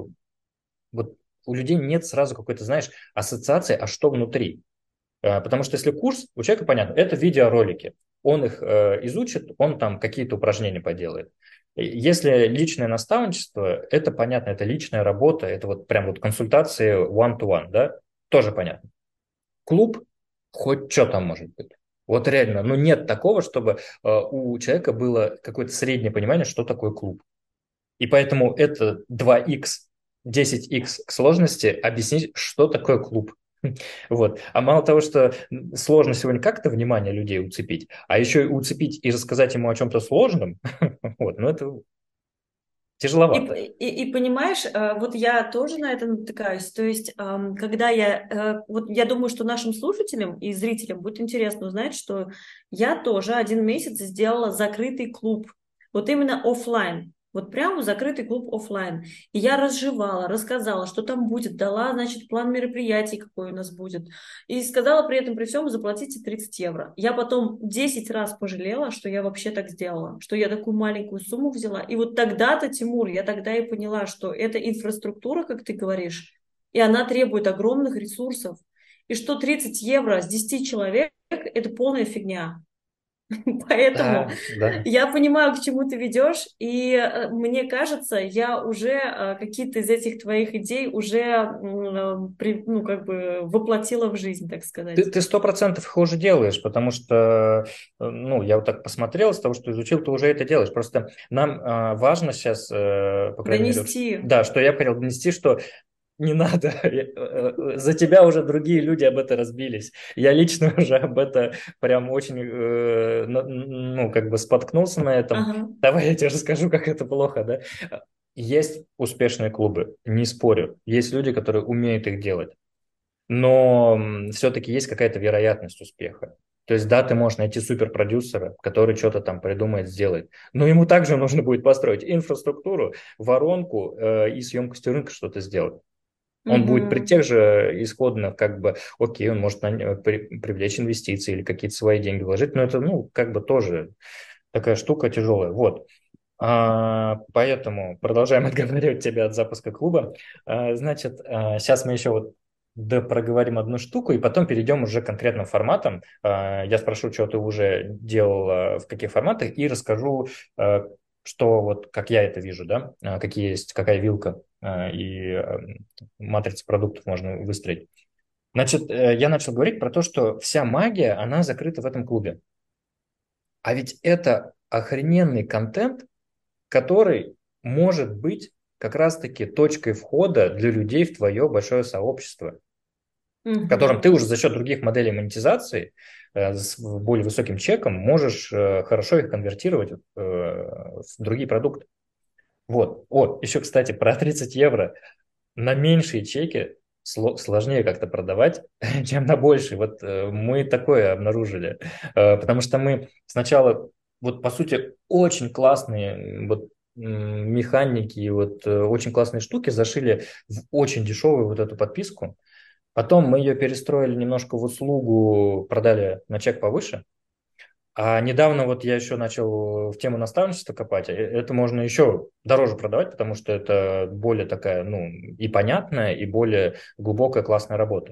вот у людей нет сразу какой-то, знаешь, ассоциации, а что внутри. Потому что если курс, у человека понятно, это видеоролики. Он их изучит, он там какие-то упражнения поделает. Если личное наставничество, это понятно, это личная работа, это вот прям вот консультации one-to-one, да, тоже понятно. Клуб, хоть что там может быть. Вот реально, ну нет такого, чтобы у человека было какое-то среднее понимание, что такое клуб. И поэтому это 2х, 10х к сложности объяснить, что такое клуб. Вот. А мало того, что сложно сегодня как-то внимание людей уцепить, а еще и уцепить и рассказать ему о чем-то сложном, вот, ну это тяжеловато. И понимаешь, вот я тоже на это натыкаюсь. То есть, когда вот я думаю, что нашим слушателям и зрителям будет интересно узнать, что я тоже 1 месяц сделала закрытый клуб. Вот именно оффлайн. Вот прямо закрытый клуб оффлайн. И я разжевала, рассказала, что там будет, дала, значит, план мероприятий, какой у нас будет. И сказала при этом, при всем, заплатите 30 евро. Я потом 10 раз пожалела, что я вообще так сделала, что я такую маленькую сумму взяла. И вот тогда-то, Тимур, я тогда и поняла, что это инфраструктура, как ты говоришь, и она требует огромных ресурсов. И что 30 евро с 10 человек– это полная фигня. Поэтому Да, да. я понимаю, к чему ты ведешь, и мне кажется, я уже какие-то из этих твоих идей уже ну, как бы воплотила в жизнь, так сказать. Ты 100% их уже делаешь, потому что, ну, я вот так посмотрел, с того, что изучил, ты уже это делаешь. Просто нам важно сейчас, по крайней мере, Донести. да, что я хотел донести, что не надо, за тебя уже другие люди об это разбились. Я лично уже об это прям очень, ну, как бы споткнулся на этом. Ага. Давай я тебе расскажу, как это плохо, да? Есть успешные клубы, не спорю. Есть люди, которые умеют их делать. Но все-таки есть какая-то вероятность успеха. То есть, да, ты можешь найти суперпродюсера, который что-то там придумает, сделает. Но ему также нужно будет построить инфраструктуру, воронку и съемкостью рынка что-то сделать. Он будет при Мгм. тех же исходных, как бы, окей, он может привлечь инвестиции или какие-то свои деньги вложить, но это, ну, как бы тоже такая штука тяжелая. Вот. Поэтому продолжаем отговаривать тебя от запуска клуба. Значит, сейчас мы еще вот проговорим одну штуку, и потом перейдем уже к конкретным форматам. Я спрошу, что ты уже делал, в каких форматах, и расскажу, что вот как я это вижу, да, какие есть, какая вилка и матрица продуктов можно выстроить. Значит, я начал говорить про то, что вся магия, она закрыта в этом клубе. А ведь это охрененный контент, который может быть как раз-таки точкой входа для людей в твое большое сообщество, в котором ты Мгм. уже за счет других моделей монетизации с более высоким чеком можешь хорошо их конвертировать в другие продукты. Вот. О, еще, кстати, про 30 евро на меньшие чеки сложнее как-то продавать, чем на большие. Вот мы такое обнаружили, потому что мы сначала, вот по сути, очень классные вот механики и вот очень классные штуки зашили в очень дешевую вот эту подписку. Потом мы ее перестроили немножко в услугу, продали на чек повыше, а недавно вот я еще начал в тему наставничества копать. Это можно еще дороже продавать, потому что это более такая, ну, и понятная, и более глубокая классная работа.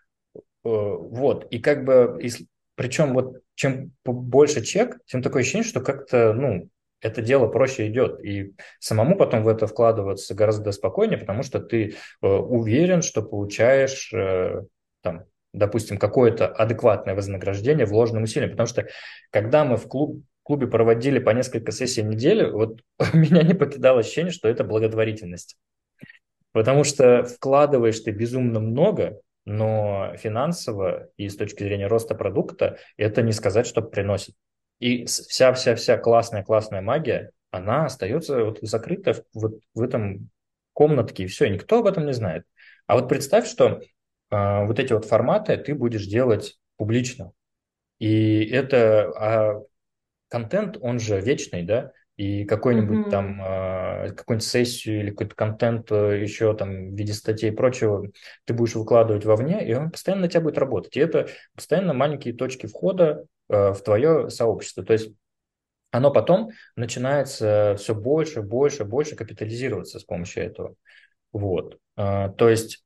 Вот, и как бы, причем вот чем больше чек, тем такое ощущение, что как-то, ну, это дело проще идет. И самому потом в это вкладываться гораздо спокойнее, потому что ты уверен, что получаешь там, допустим, какое-то адекватное вознаграждение вложенным усилиям. Потому что когда мы в клубе проводили по несколько сессий в неделю, вот меня не покидало ощущение, что это благотворительность. Потому что вкладываешь ты безумно много, но финансово и с точки зрения роста продукта это не сказать, что приносит. И вся классная магия, она остается вот закрыта вот в этом комнатке, и все, и никто об этом не знает. А вот представь, что вот эти вот форматы ты будешь делать публично. И это контент, он же вечный, да, и какой-нибудь там, Мгм. какую-нибудь сессию или какой-то контент еще там в виде статей и прочего ты будешь выкладывать вовне, и он постоянно на тебя будет работать. И это постоянно маленькие точки входа в твое сообщество. То есть оно потом начинается все больше, больше, больше капитализироваться с помощью этого. Вот. То есть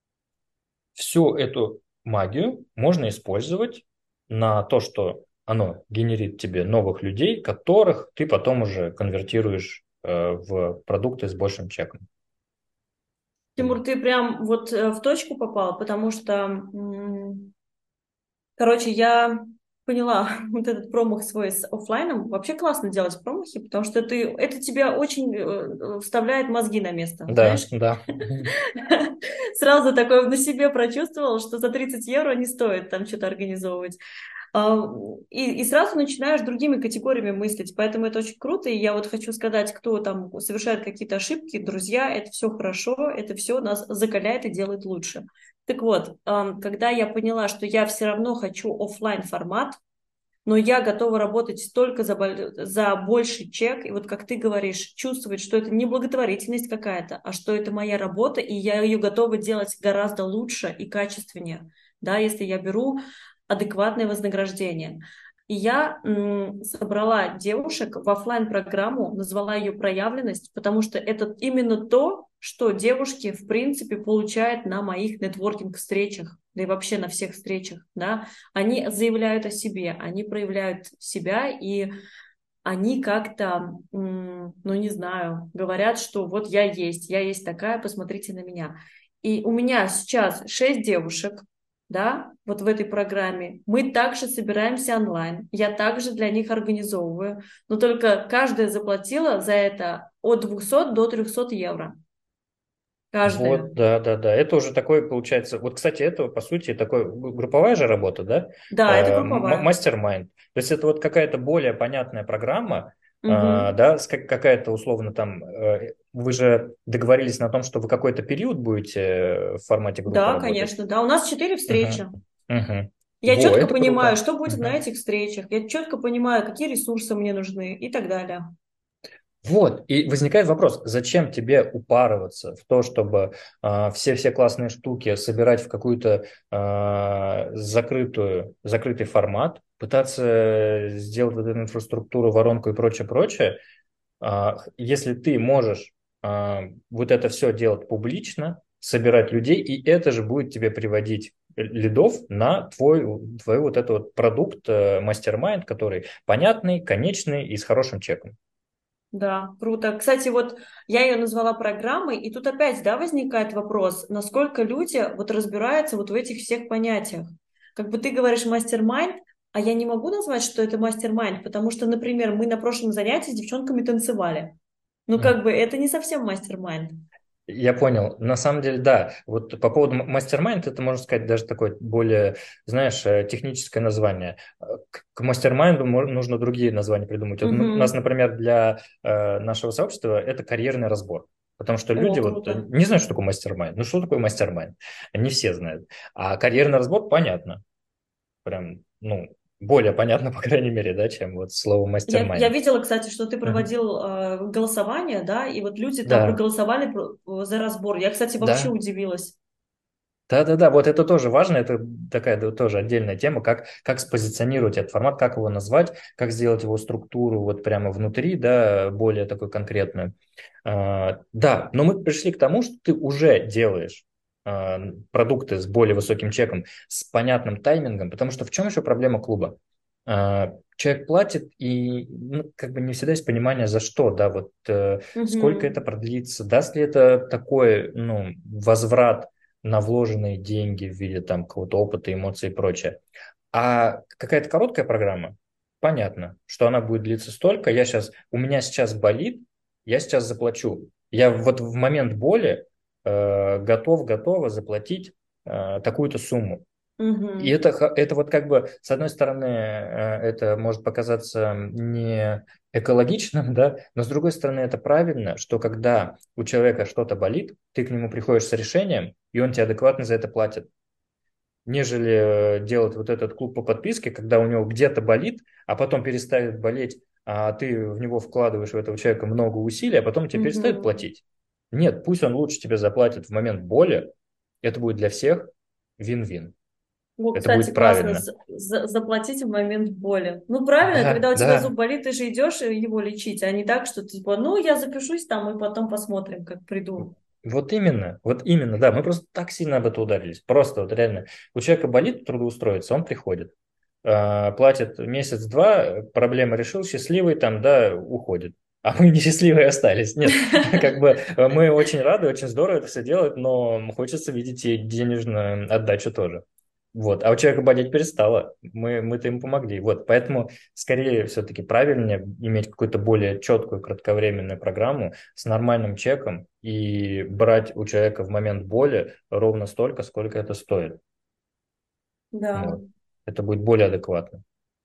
всю эту магию можно использовать на то, что оно генерит тебе новых людей, которых ты потом уже конвертируешь в продукты с большим чеком. Тимур, ты прям вот в точку попал, потому что, короче, я поняла вот этот промах свой с оффлайном. Вообще классно делать промахи, потому что это тебя очень вставляет мозги на место, Да, знаешь? да. Сразу такое на себе прочувствовал, что за 30 евро не стоит там что-то организовывать. А, и сразу начинаешь другими категориями мыслить, поэтому это очень круто, и я вот хочу сказать, кто там совершает какие-то ошибки, друзья, это все хорошо, это все нас закаляет и делает лучше. Так вот, когда я поняла, что я все равно хочу оффлайн формат, но я готова работать только за больший чек, и вот как ты говоришь, чувствовать, что это не благотворительность какая-то, а что это моя работа, и я ее готова делать гораздо лучше и качественнее, да, если я беру адекватное вознаграждение. И я собрала девушек в оффлайн-программу, назвала ее проявленность, потому что это именно то, что девушки, в принципе, получают на моих нетворкинг-встречах, да и вообще на всех встречах, да. Они заявляют о себе, они проявляют себя, и они как-то, ну не знаю, говорят, что вот я есть такая, посмотрите на меня. И у меня сейчас 6 девушек, да, вот в этой программе. Мы также собираемся онлайн, я также для них организовываю, но только каждая заплатила за это от 200 до 300 евро. Вот, Каждая. да, да, да. Это уже такой, получается, вот, кстати, это, по сути, такой групповая же работа, да? Да, это групповая. Мастер-майнд. То есть это вот какая-то более понятная программа, Мгм. да, какая-то условно там, вы же договорились на том, что вы какой-то период будете в формате группы Да, работать. конечно, да. У нас 4 встречи. Угу. Угу. Я Во, четко это понимаю, круто. что будет на Мгм. этих встречах. Я четко понимаю, какие ресурсы мне нужны и так далее. Вот, и возникает вопрос, зачем тебе упарываться в то, чтобы все классные штуки собирать в какую-то закрытый формат, пытаться сделать вот эту инфраструктуру, воронку и прочее, прочее, если ты можешь вот это все делать публично, собирать людей, и это же будет тебе приводить лидов на твой вот этот вот продукт, мастер-майнд, который понятный, конечный и с хорошим чеком. Да, круто. Кстати, вот я ее назвала программой, и тут опять, да, возникает вопрос, насколько люди вот разбираются вот в этих всех понятиях. Как бы ты говоришь мастер-майнд, а я не могу назвать, что это мастер-майнд, потому что, например, мы на прошлом занятии с девчонками танцевали. Ну, как бы это не совсем мастер-майнд. Я понял. На самом деле, да. Вот по поводу мастер-майнд, это, можно сказать, даже такое более, знаешь, техническое название. К мастер-майнду нужно другие названия придумать. Вот у нас, Угу. например, для нашего сообщества это карьерный разбор. Потому что люди О, вот круто. не знают, что такое мастер-майнд. Ну, что такое мастер-майнд? Не все знают. А карьерный разбор понятно. Прям, ну, более понятно, по крайней мере, да, чем вот слово Я мастер-майнд. видела, кстати, что ты Мгм. проводил голосование, да, и вот люди там Да, проголосовали за разбор. Я, кстати, вообще да. удивилась. Да-да-да, вот это тоже важно, это такая да, тоже отдельная тема, как спозиционировать этот формат, как его назвать, как сделать его структуру вот прямо внутри, да, более такой конкретную. Да, но мы пришли к тому, что ты уже делаешь продукты с более высоким чеком, с понятным таймингом, потому что в чем еще проблема клуба? Человек платит, и ну, как бы не всегда есть понимание, за что, да, вот сколько это Угу. продлится, даст ли это такой, ну, возврат на вложенные деньги в виде там какого-то опыта, эмоций и прочее. А какая-то короткая программа, понятно, что она будет длиться столько. У меня сейчас болит, я сейчас заплачу. Я вот в момент боли готова заплатить такую-то сумму. И Угу. это вот как бы, с одной стороны, это может показаться не экологичным, да, но с другой стороны, это правильно, что когда у человека что-то болит, ты к нему приходишь с решением, и он тебе адекватно за это платит. Нежели делать вот этот клуб по подписке, когда у него где-то болит, а потом перестает болеть, а ты в него вкладываешь в этого человека много усилий, а потом тебе перестает Угу. платить. Нет, пусть он лучше тебе заплатит в момент боли, это будет для всех вин-вин. О, Это кстати, будет классно, правильно. заплатить в момент боли. Ну, правильно, Да, когда у тебя зуб да, болит, ты же идешь его лечить, а не так, что ты типа, ну, я запишусь там и потом посмотрим, как приду. вот именно, да, мы просто так сильно об это ударились. Просто вот реально, у человека болит трудоустроиться, он приходит, платит месяц-два, проблема решил, счастливый там, да, уходит. А мы несчастливые остались. Нет, как бы мы очень рады, очень здорово это все делать, но хочется видеть и денежную отдачу тоже. Вот. А у человека болеть перестало, мы-то ему помогли. Вот. Поэтому скорее все-таки правильнее иметь какую-то более четкую кратковременную программу с нормальным чеком и брать у человека в момент боли ровно столько, сколько это стоит. Да, Вот. Это будет более адекватно.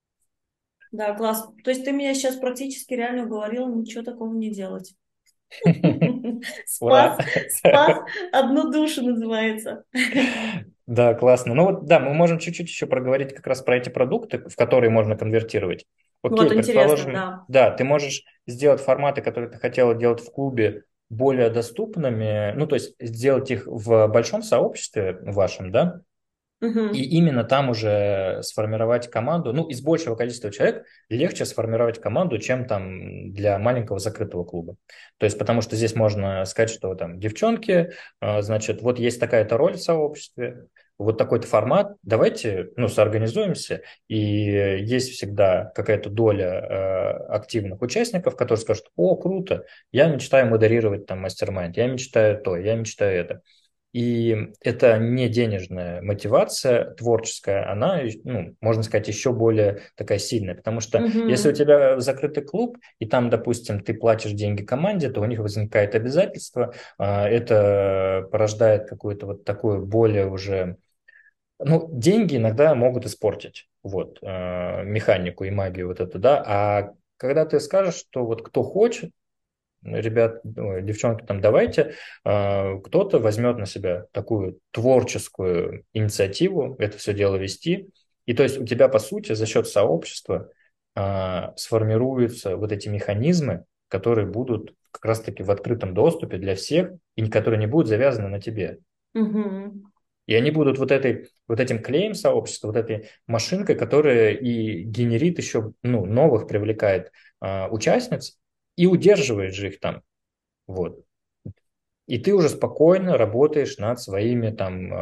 да, класс. То есть ты меня сейчас практически реально уговорила ничего такого не делать. Ура! Спас одну душу называется. Да, классно. Ну вот, да, мы можем чуть-чуть еще проговорить как раз про эти продукты, в которые можно конвертировать. Вот Окей, интересно, предположим, да. да, ты можешь сделать форматы, которые ты хотела делать в клубе, более доступными, ну, то есть сделать их в большом сообществе вашем, да, и Мгм. именно там уже сформировать команду, ну, из большего количества человек легче сформировать команду, чем там для маленького закрытого клуба. То есть, потому что здесь можно сказать, что там девчонки, значит, вот есть такая-то роль в сообществе, вот такой-то формат, давайте, ну, соорганизуемся, и есть всегда какая-то доля активных участников, которые скажут, о, круто, я мечтаю модерировать там мастер-майнд, я мечтаю то, я мечтаю это. И это не денежная мотивация творческая, она, ну, можно сказать, еще более такая сильная, потому что если у Мгм. тебя закрытый клуб, и там, допустим, ты платишь деньги команде, то у них возникает обязательство, это порождает какую-то вот такую более уже, ну, деньги иногда могут испортить, вот, механику и магию вот эту, да, а когда ты скажешь, что вот кто хочет, ребят, ой, девчонки, там давайте, кто-то возьмет на себя такую творческую инициативу, это все дело вести. И то есть у тебя, по сути, за счет сообщества сформируются вот эти механизмы, которые будут как раз-таки в открытом доступе для всех, и которые не будут завязаны на тебе. Мгм. И они будут вот этим клеем сообщества, вот этой машинкой, которая и генерит еще, ну, новых, привлекает участниц и удерживает же их там. Вот. И ты уже спокойно работаешь над своими там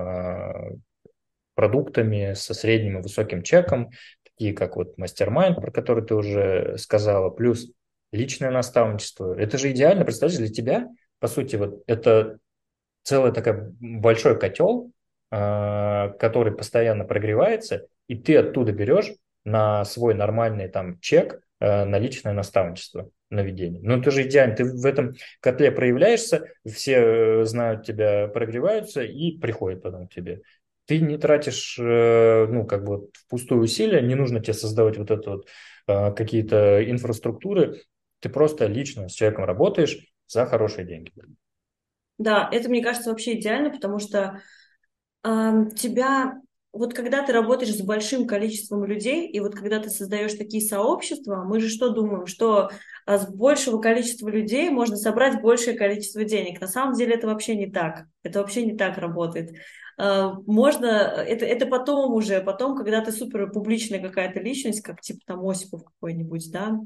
продуктами со средним и высоким чеком, такие как вот мастер-майнд, про который ты уже сказала, плюс личное наставничество. Это же идеально, представляешь, для тебя, по сути, вот это целый такой большой котел, который постоянно прогревается, и ты оттуда берешь на свой нормальный там чек на личное наставничество, на ведение. Ну, это же идеально. Ты в этом котле проявляешься, все знают тебя, прогреваются и приходят потом к тебе. Ты не тратишь, ну, как бы вот впустую усилия, не нужно тебе создавать вот это вот какие-то инфраструктуры. Ты просто лично с человеком работаешь за хорошие деньги. Да, это, мне кажется, вообще идеально, потому что тебя, вот когда ты работаешь с большим количеством людей, и вот когда ты создаешь такие сообщества, мы же что думаем, что с большего количества людей можно собрать большее количество денег. На самом деле это вообще не так. Это вообще не так работает. Можно, это потом уже, потом, когда ты супер публичная какая-то личность, как типа там Осипов какой-нибудь, да,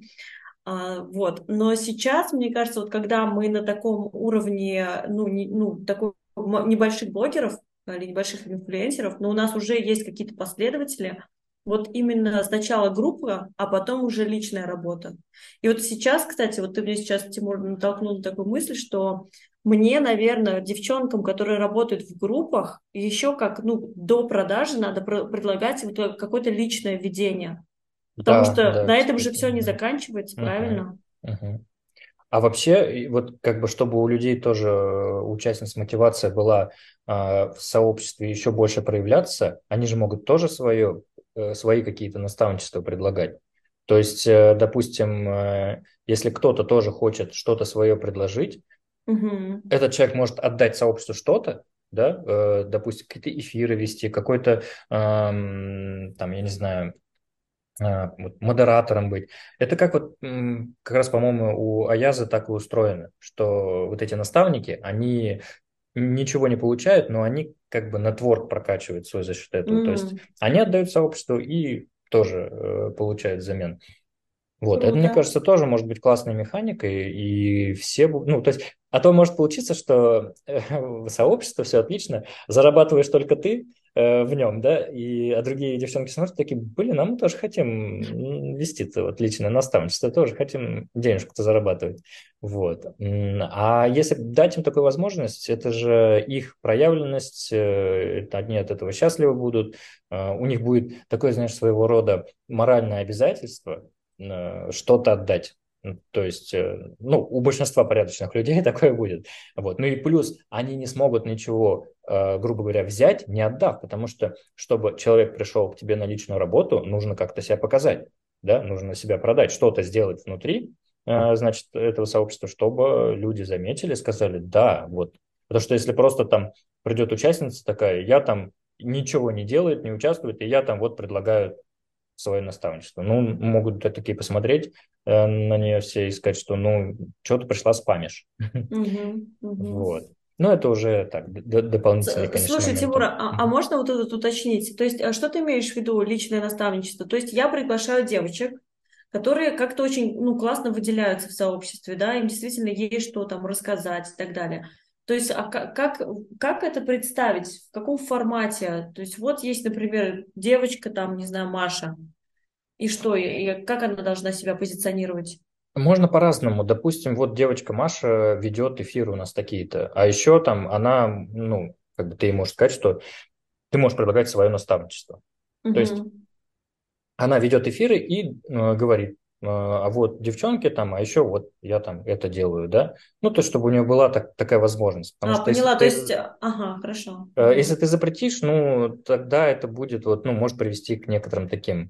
вот. Но сейчас, мне кажется, вот когда мы на таком уровне, ну, такой небольших блогеров или небольших инфлюенсеров, но у нас уже есть какие-то последователи, вот именно сначала группа, а потом уже личная работа. И вот сейчас, кстати, вот ты мне сейчас, Тимур, натолкнул на такую мысль, что мне, наверное, девчонкам, которые работают в группах, еще как, ну, до продажи надо предлагать вот какое-то личное ведение. Потому Да, что да, на этом же кстати. все не заканчивается, Мгм, правильно? мгм. А вообще, и вот как бы чтобы у людей тоже участниц мотивация была в сообществе еще больше проявляться, они же могут тоже свои какие-то наставничества предлагать. То есть, допустим, если кто-то тоже хочет что-то свое предложить, Мгм. этот человек может отдать сообществу что-то, да, допустим, какие-то эфиры вести, какой-то, там, я не знаю, вот, модератором быть. Это как вот как раз, по-моему, у Аяза так и устроено, что вот эти наставники, они ничего не получают, но они как бы нетворк прокачивают свой за счет этого. То есть М, они отдают сообществу и тоже получают взамен. Вот, это, мне Круто. кажется, тоже может быть классной механикой, и все, ну, то есть, а то может получиться, что сообщество, все отлично, зарабатываешь только ты в нем, да, а другие девчонки смотрят такие, блин, а мы тоже хотим вести-то вот личное наставничество, тоже хотим денежку-то зарабатывать, вот. А если дать им такую возможность, это же их проявленность, одни от этого счастливы будут, у них будет такое, знаешь, своего рода моральное обязательство, что-то отдать. То есть, ну, у большинства порядочных людей такое будет. Вот. Ну и плюс они не смогут ничего, грубо говоря, взять, не отдав, потому что, чтобы человек пришел к тебе на личную работу, нужно как-то себя показать, да, нужно себя продать, что-то сделать внутри, значит, этого сообщества, чтобы люди заметили, сказали, да, вот. Потому что если просто там придет участница такая, я там ничего не делает, не участвует, и я там вот предлагаю свое наставничество. Ну, могут такие посмотреть на нее все и сказать, что, ну, что ты пришла спамишь. Мгм, мгм. Вот. Но это уже так, дополнительные, конечно, Слушай, моменты. Тимура, а Мгм. можно вот это тут уточнить? То есть, а что ты имеешь в виду личное наставничество? То есть я приглашаю девочек, которые как-то очень, ну, классно выделяются в сообществе, да, им действительно есть что там рассказать и так далее. То есть, а как это представить? В каком формате? То есть, вот есть, например, девочка там, не знаю, Маша, и что, и как она должна себя позиционировать? Можно по-разному. Допустим, вот девочка Маша ведет эфиры у нас такие-то, а еще там она, ну, как бы ты ей можешь сказать, что ты можешь предлагать свое наставничество. То есть Мгм. она ведет эфиры и говорит, а вот девчонки там, а еще вот я там это делаю, да. Ну, то, чтобы у нее была такая возможность. Потому что Поняла, то есть, ага, хорошо. если Мгм. ты запретишь, ну, тогда это будет, вот, ну, может привести к некоторым таким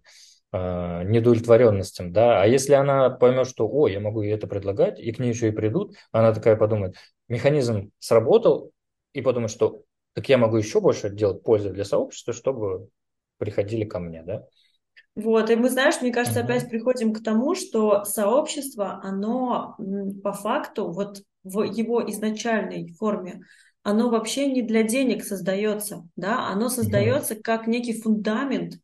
недовлетворенностям, да. А если она поймет, что, о, я могу ей это предлагать, и к ней еще и придут, она такая подумает, механизм сработал, и подумает, что так я могу еще больше делать пользы для сообщества, чтобы приходили ко мне, да. Вот, и мы, знаешь, мне кажется, опять Мгм. приходим к тому, что сообщество, оно по факту, вот в его изначальной форме, оно вообще не для денег создается, да, оно Мгм. создается как некий фундамент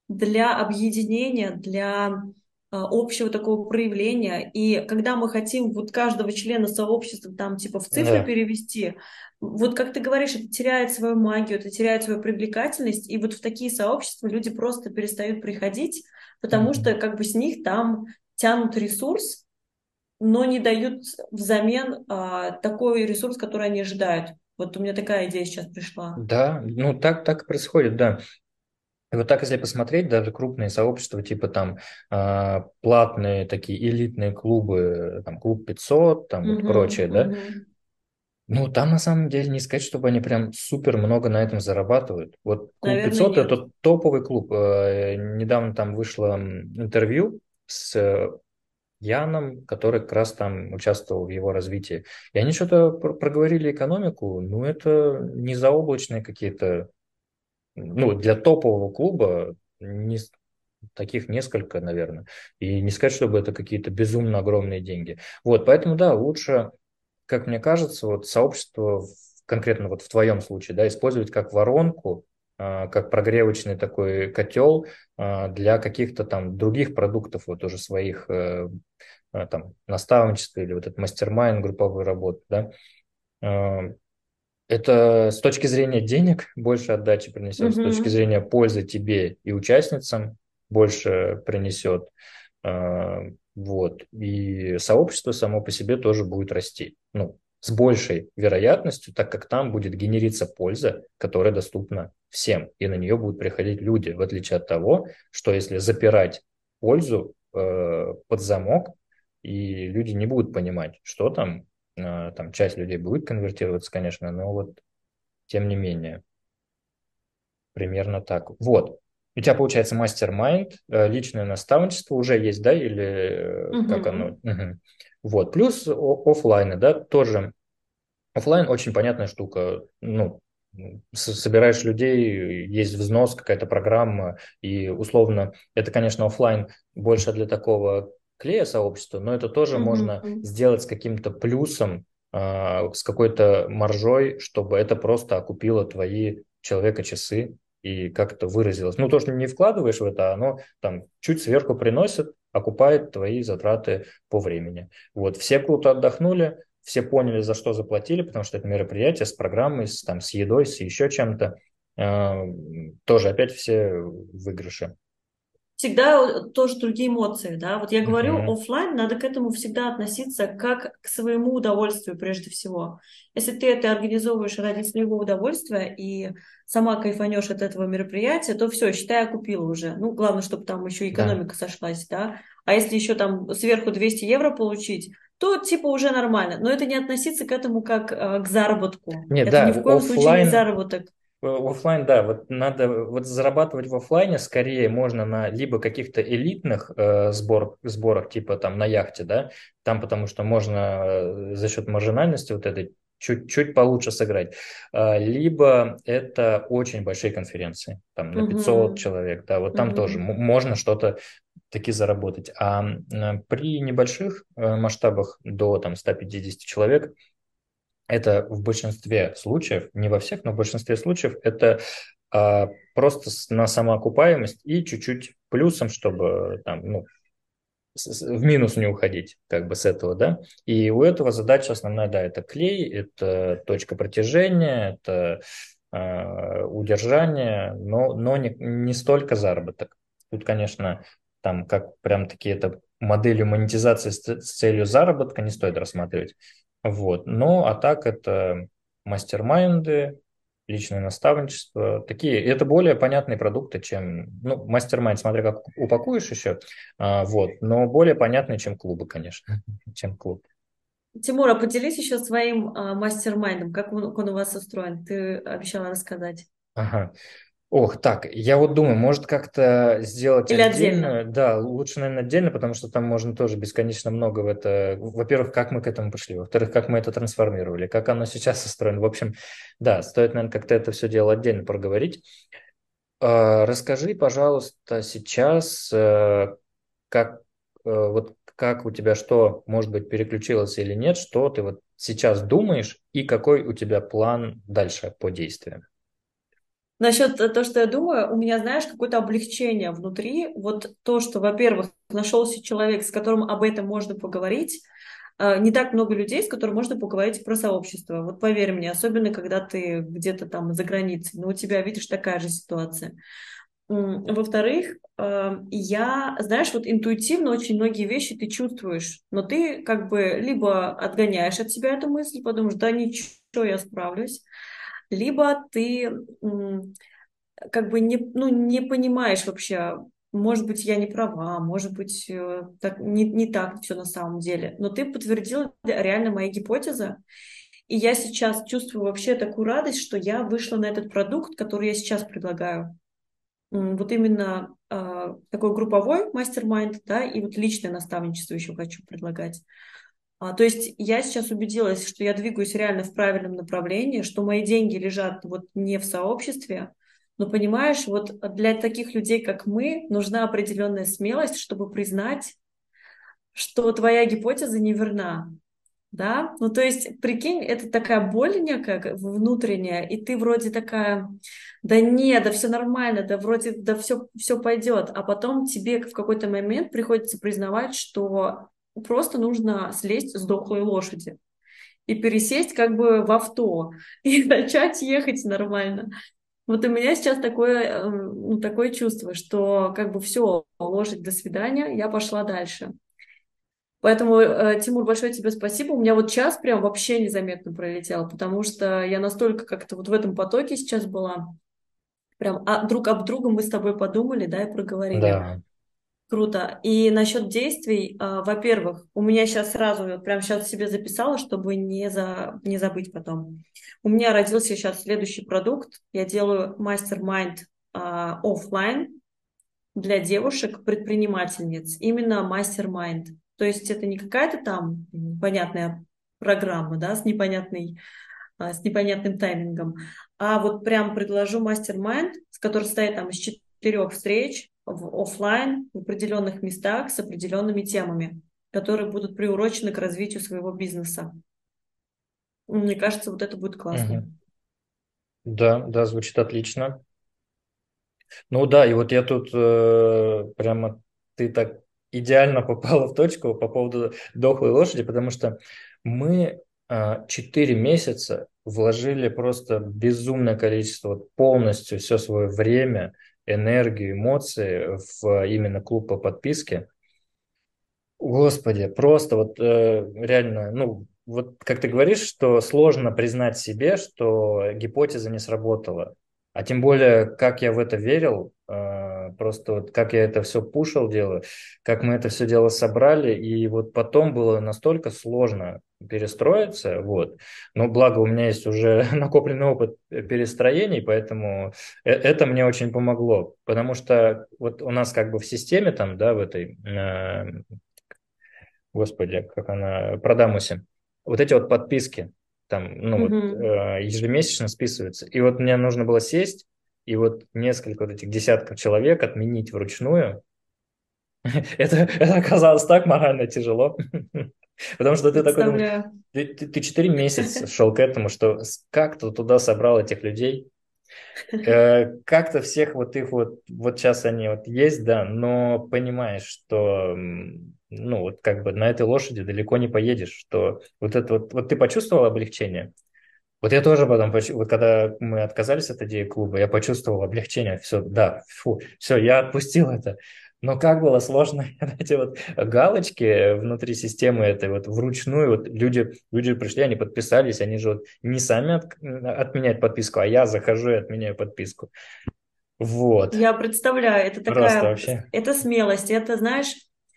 для объединения, для общего такого проявления. И когда мы хотим вот каждого члена сообщества там типа в цифры Да. перевести, вот как ты говоришь, это теряет свою магию, это теряет свою привлекательность, и вот в такие сообщества люди просто перестают приходить, потому что Мгм. как бы с них там тянут ресурс, но не дают взамен такой ресурс, который они ожидают. Вот у меня такая идея сейчас пришла. Да, ну так и происходит, да. И вот так, если посмотреть, даже крупные сообщества, типа там платные такие элитные клубы, там клуб 500, там вот Мгм, прочее, да, мгм. ну там на самом деле не сказать, чтобы они прям супер много на этом зарабатывают. Вот клуб Наверное, 500 нет. это топовый клуб. Недавно там вышло интервью с Яном, который как раз там участвовал в его развитии. И они что-то проговорили экономику, ну это не заоблачные какие-то, ну, для топового клуба таких несколько, наверное. И не сказать, чтобы это какие-то безумно огромные деньги. Вот, поэтому, да, лучше, как мне кажется, вот сообщество, конкретно вот в твоем случае, да, использовать как воронку, как прогревочный такой котел для каких-то там других продуктов, вот уже своих там наставничества или вот этот мастер-майн, групповой работы, да. Э, Это с точки зрения денег больше отдачи принесет, с точки Мгм. зрения пользы тебе и участницам больше принесет. Вот. И сообщество само по себе тоже будет расти. Ну, с большей вероятностью, так как там будет генериться польза, которая доступна всем, и на нее будут приходить люди, в отличие от того, что если запирать пользу под замок, и люди не будут понимать, что там, там часть людей будет конвертироваться, конечно, но вот тем не менее, примерно так. Вот. У тебя получается мастер-майнд, личное наставничество уже есть, да, или как оно? Мгм. Мгм. Вот. Плюс офлайны, да, тоже. Оффлайн очень понятная штука. Ну, собираешь людей, есть взнос, какая-то программа, и условно, это, конечно, оффлайн больше для такого клея сообщества, но это тоже можно Мгм. сделать с каким-то плюсом, с какой-то маржой, чтобы это просто окупило твои человека-часы и как-то выразилось. Ну, то, что не вкладываешь в это, оно там чуть сверху приносит, окупает твои затраты по времени. Вот, все круто отдохнули, все поняли, за что заплатили, потому что это мероприятие с программой, там, с едой, с еще чем-то. Э, Тоже опять все выигрыши. Всегда тоже другие эмоции, да. Вот я говорю, Мгм. оффлайн надо к этому всегда относиться как к своему удовольствию прежде всего. Если ты это организовываешь ради своего удовольствия и сама кайфанешь от этого мероприятия, то все, считай, окупила уже. Ну, главное, чтобы там еще Да. экономика сошлась, да. А если еще там сверху 200 евро получить, то типа уже нормально. Но это не относиться к этому как к заработку. Не, Это ни да, в коем случае не оффлайн, заработок. оффлайн, да, вот надо вот зарабатывать в оффлайне скорее можно на либо каких-то элитных сборах, типа там на яхте, да, там потому что можно за счет маржинальности вот этой чуть-чуть получше сыграть. Либо это очень большие конференции, там на 500 Мгм. человек, да, вот там тоже Мгм. можно что-то таки заработать. А при небольших масштабах до там 150 человек это в большинстве случаев, не во всех, но в большинстве случаев это просто на самоокупаемость и чуть-чуть плюсом, чтобы там, ну, в минус не уходить как бы с этого, да. И у этого задача основная, да, это клей, это точка протяжения, это удержание, но не столько заработок. Тут, конечно, там как прям такие это модели монетизации с целью заработка не стоит рассматривать. Вот. Но а так это мастер-майнды, личное наставничество, такие, это более понятные продукты, чем, ну, мастер-майнд, смотря как упакуешь еще, вот, но более понятные, чем клубы, конечно, чем клуб. Тимура, поделись еще своим мастер-майндом, как он у вас устроен. Ты обещала рассказать. Ага. Ох, так, я вот думаю, может как-то сделать Или отдельно? отдельно, да, лучше, наверное, отдельно, потому что там можно тоже бесконечно много в это, во-первых, как мы к этому пришли, во-вторых, как мы это трансформировали, как оно сейчас устроено, в общем, да, стоит, наверное, как-то это все дело отдельно проговорить. Расскажи, пожалуйста, сейчас, как, вот как у тебя что, может быть, переключилось или нет, что ты вот сейчас думаешь и какой у тебя план дальше по действиям? Насчет того, что я думаю, у меня, знаешь, какое-то облегчение внутри. Вот то, что, во-первых, нашелся человек, с которым об этом можно поговорить. Не так много людей, с которыми можно поговорить про сообщество. Вот поверь мне, особенно когда ты где-то там за границей, но у тебя, видишь, такая же ситуация. Во-вторых, я, знаешь, вот интуитивно очень многие вещи ты чувствуешь, но ты как бы либо отгоняешь от себя эту мысль, подумаешь, да ничего, я справлюсь, либо ты как бы не, ну, не понимаешь вообще, может быть, я не права, может быть, так, не так все на самом деле. Но ты подтвердила реально мои гипотезы, и я сейчас чувствую вообще такую радость, что я вышла на этот продукт, который я сейчас предлагаю. Вот именно такой групповой мастер-майнд, да, и вот личное наставничество еще хочу предлагать. То есть я сейчас убедилась, что я двигаюсь реально в правильном направлении, что мои деньги лежат вот не в сообществе, но понимаешь, вот для таких людей, как мы, нужна определенная смелость, чтобы признать, что твоя гипотеза неверна. Да, ну то есть, прикинь, это такая боль некая внутренняя, и ты вроде такая, да не, да все нормально, да вроде, да все пойдет, а потом тебе в какой-то момент приходится признавать, что просто нужно слезть с дохлой лошади и пересесть как бы в авто и начать ехать нормально. Вот у меня сейчас такое, ну, такое чувство, что как бы все, лошадь, до свидания, я пошла дальше. Поэтому, Тимур, большое тебе спасибо. У меня вот час прям вообще незаметно пролетел, потому что я настолько как-то вот в этом потоке сейчас была. Прям друг об друга мы с тобой подумали, да, и проговорили. Да. Круто. И насчет действий, во-первых, у меня сейчас сразу, я прям сейчас себе записала, чтобы не забыть потом. У меня родился сейчас следующий продукт. Я делаю мастер-майнд оффлайн для девушек-предпринимательниц, именно мастер-майнд. То есть это не какая-то там понятная программа, да, с непонятным таймингом, а вот прям предложу мастер-майнд, с который состоит там из 4 встреч в оффлайн в определенных местах с определенными темами, которые будут приурочены к развитию своего бизнеса. Мне кажется, вот это будет классно. Мгм. Да, да, звучит отлично. Ну да, и вот я тут прямо ты так идеально попала в точку по поводу дохлой лошади, потому что мы 4 месяца вложили просто безумное количество, вот полностью все свое время, энергию, эмоции в именно клуб по подписке. Господи, просто вот реально, ну, вот как ты говоришь, что сложно признать себе, что гипотеза не сработала. А тем более, как я в это верил, просто вот как я это все пушил дело, как мы это все дело собрали, и вот потом было настолько сложно перестроиться, вот. Но благо у меня есть уже накопленный опыт перестроений, поэтому это мне очень помогло, потому что вот у нас как бы в системе там, да, в этой господи, как она, Продамусе. Вот эти вот подписки. там, ну, вот, Мгм. ежемесячно списываются. И вот мне нужно было сесть и вот несколько вот этих десятков человек отменить вручную. Это оказалось так морально тяжело, потому что ты такой думаешь, Представляю. ты 4 месяца шел к этому, что как ты туда собрал этих людей, как-то всех вот их вот сейчас они вот есть, да, но понимаешь, что, ну, вот как бы на этой лошади далеко не поедешь, что вот это вот ты почувствовал облегчение? Вот я тоже потом, вот когда мы отказались от идеи клуба, я почувствовал облегчение, все, да, фу, все, я отпустил это. Но как было сложно эти вот галочки внутри системы этой вот вручную, вот люди пришли, они подписались, они же вот не сами отменяют подписку, а я захожу и отменяю подписку. Вот, Я представляю, это просто такая, вообще. это смелость, это, знаешь,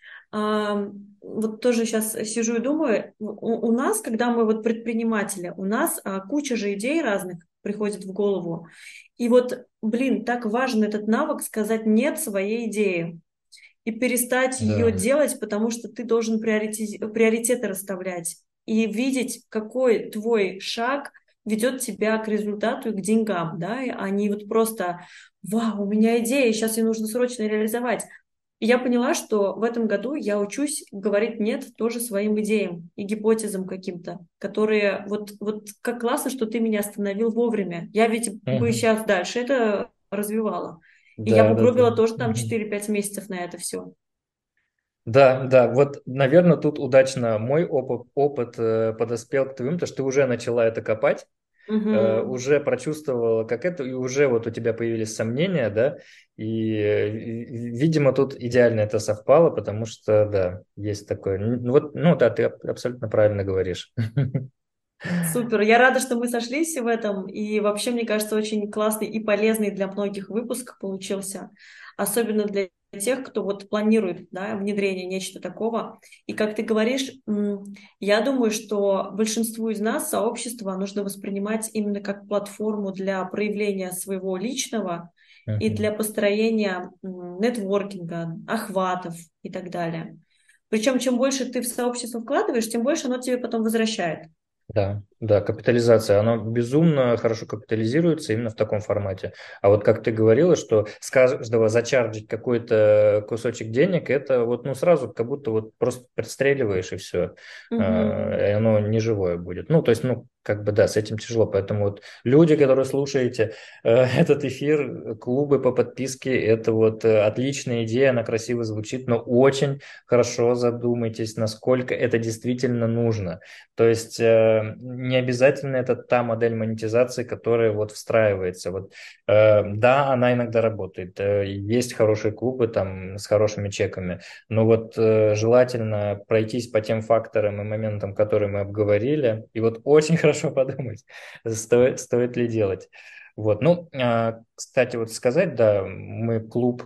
вот тоже сейчас сижу и думаю, у нас, когда мы вот предприниматели, у нас куча же идей разных приходит в голову. И вот, блин, так важен этот навык сказать «нет» своей идее и перестать ее Да. делать, потому что ты должен приоритеты расставлять и видеть, какой твой шаг ведет тебя к результату и к деньгам, да, а не вот просто «Вау, у меня идея, сейчас ее нужно срочно реализовать». И я поняла, что в этом году я учусь говорить «нет» тоже своим идеям и гипотезам каким-то, которые вот как классно, что ты меня остановил вовремя. Я ведь бы Мгм. сейчас дальше это развивала. И я Да, бы да, да. пробила тоже там Мгм. 4-5 месяцев на это все. Да, да, вот, наверное, тут удачно мой опыт подоспел к твоему, потому что ты уже начала это копать, Угу. уже прочувствовала, как это, и уже вот у тебя появились сомнения, да, и, видимо, тут идеально это совпало, потому что, да, есть такое. Ну, вот, ну, да, ты абсолютно правильно говоришь. Супер. Я рада, что мы сошлись в этом. И вообще, мне кажется, очень классный и полезный для многих выпуск получился. Особенно для тех, кто вот планирует, да, внедрение нечто такого. И как ты говоришь, я думаю, что большинству из нас сообщество нужно воспринимать именно как платформу для проявления своего личного и Мгм. для построения нетворкинга, охватов и так далее. Причем, чем больше ты в сообщество вкладываешь, тем больше оно тебе потом возвращает. Да, да, капитализация, она безумно хорошо капитализируется именно в таком формате. А вот как ты говорила, что с каждого зачарджить какой-то кусочек денег, это вот ну сразу как будто вот просто пристреливаешь и все, и Мгм. оно не живое будет. Ну, то есть, ну, как бы да, с этим тяжело. Поэтому вот люди, которые слушаете этот эфир, клубы по подписке, это вот отличная идея, она красиво звучит, но очень хорошо задумайтесь, насколько это действительно нужно. То есть не обязательно это та модель монетизации, которая вот встраивается. Вот, да, она иногда работает. Есть хорошие клубы там с хорошими чеками, но вот желательно пройтись по тем факторам и моментам, которые мы обговорили, и вот очень хорошо подумать, стоит ли делать. Вот. Ну, кстати, вот сказать, да, мы клуб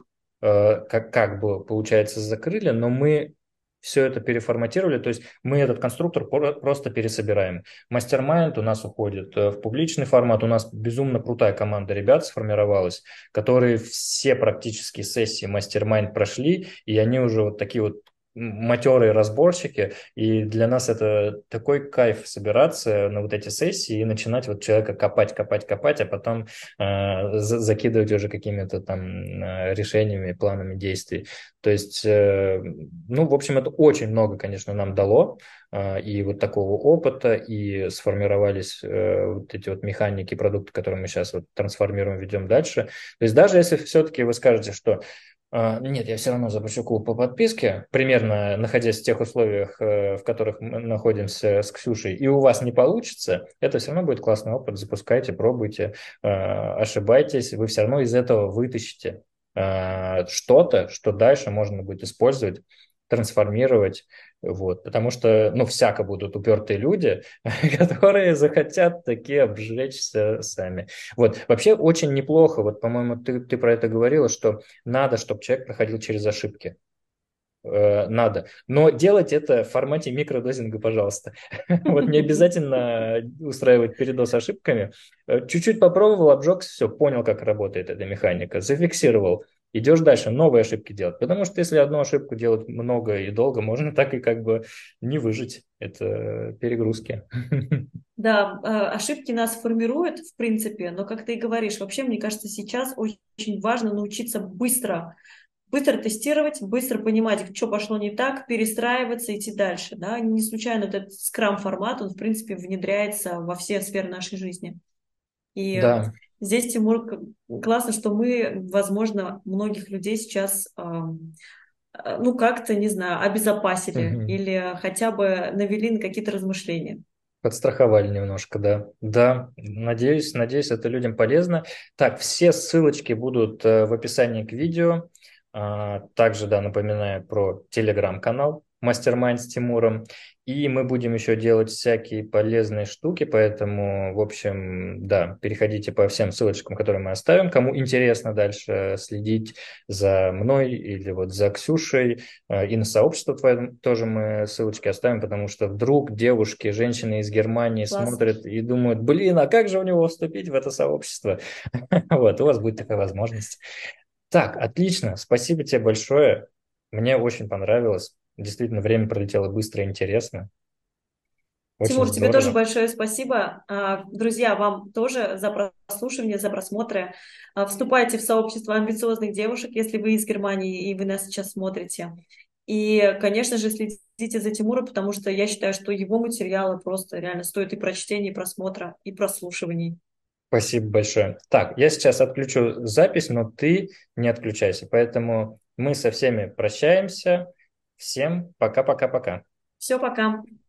как бы, получается, закрыли, но мы все это переформатировали, то есть мы этот конструктор просто пересобираем. Мастермайнд у нас уходит в публичный формат, у нас безумно крутая команда ребят сформировалась, которые все практически сессии мастермайнд прошли, и они уже вот такие вот матерые разборщики, и для нас это такой кайф собираться на вот эти сессии и начинать вот человека копать, копать, копать, а потом закидывать уже какими-то там решениями, планами действий. То есть, ну, в общем, это очень много, конечно, нам дало, и вот такого опыта, и сформировались вот эти вот механики, продукты, которые мы сейчас вот трансформируем, ведем дальше. То есть даже если все-таки вы скажете, что нет, я все равно запущу клуб по подписке, примерно находясь в тех условиях, в которых мы находимся с Ксюшей, и у вас не получится, это все равно будет классный опыт. Запускайте, пробуйте, ошибайтесь, вы все равно из этого вытащите что-то, что дальше можно будет использовать, трансформировать, вот, потому что, ну, всяко будут упертые люди, которые захотят такие обжечься сами. Вот, вообще очень неплохо, вот, по-моему, ты про это говорила, что надо, чтобы человек проходил через ошибки. Надо. Но делать это в формате микродозинга, пожалуйста. Вот не обязательно устраивать передоз ошибками. Чуть-чуть попробовал, обжегся, все, понял, как работает эта механика, зафиксировал. идешь дальше, новые ошибки делать. Потому что если одну ошибку делать много и долго, можно так и как бы не выжить. Это перегрузки. Да, ошибки нас формируют, в принципе, но, как ты и говоришь, вообще, мне кажется, сейчас очень важно научиться быстро тестировать, быстро понимать, что пошло не так, перестраиваться, идти дальше. Да? Не случайно этот скрам-формат, он, в принципе, внедряется во все сферы нашей жизни. И Да. здесь, Тимур, классно, что мы, возможно, многих людей сейчас, ну, как-то, не знаю, обезопасили Мгм. или хотя бы навели на какие-то размышления. Подстраховали немножко, да. Да, надеюсь, это людям полезно. Так, все ссылочки будут в описании к видео. Также, да, напоминаю про телеграм-канал Мастер-Майнд с Тимуром. И мы будем еще делать всякие полезные штуки, поэтому, в общем, да, переходите по всем ссылочкам, которые мы оставим. Кому интересно дальше следить за мной или вот за Ксюшей, и на сообщество твое тоже мы ссылочки оставим, потому что вдруг девушки, женщины из Германии Классно. смотрят и думают, блин, а как же у него вступить в это сообщество? Вот, у вас будет такая возможность. Так, отлично, спасибо тебе большое. Мне очень понравилось. Действительно, время пролетело быстро и интересно. Очень Тимур, тебе тоже здорово. большое спасибо. Друзья, вам тоже за прослушивание, за просмотры. Вступайте в сообщество амбициозных девушек, если вы из Германии и вы нас сейчас смотрите. И, конечно же, следите за Тимуром, потому что я считаю, что его материалы просто реально стоят и прочтения, и просмотра, и прослушиваний. Спасибо большое. Так, я сейчас отключу запись, но ты не отключайся. Поэтому мы со всеми прощаемся. Всем пока-пока-пока. Все, пока.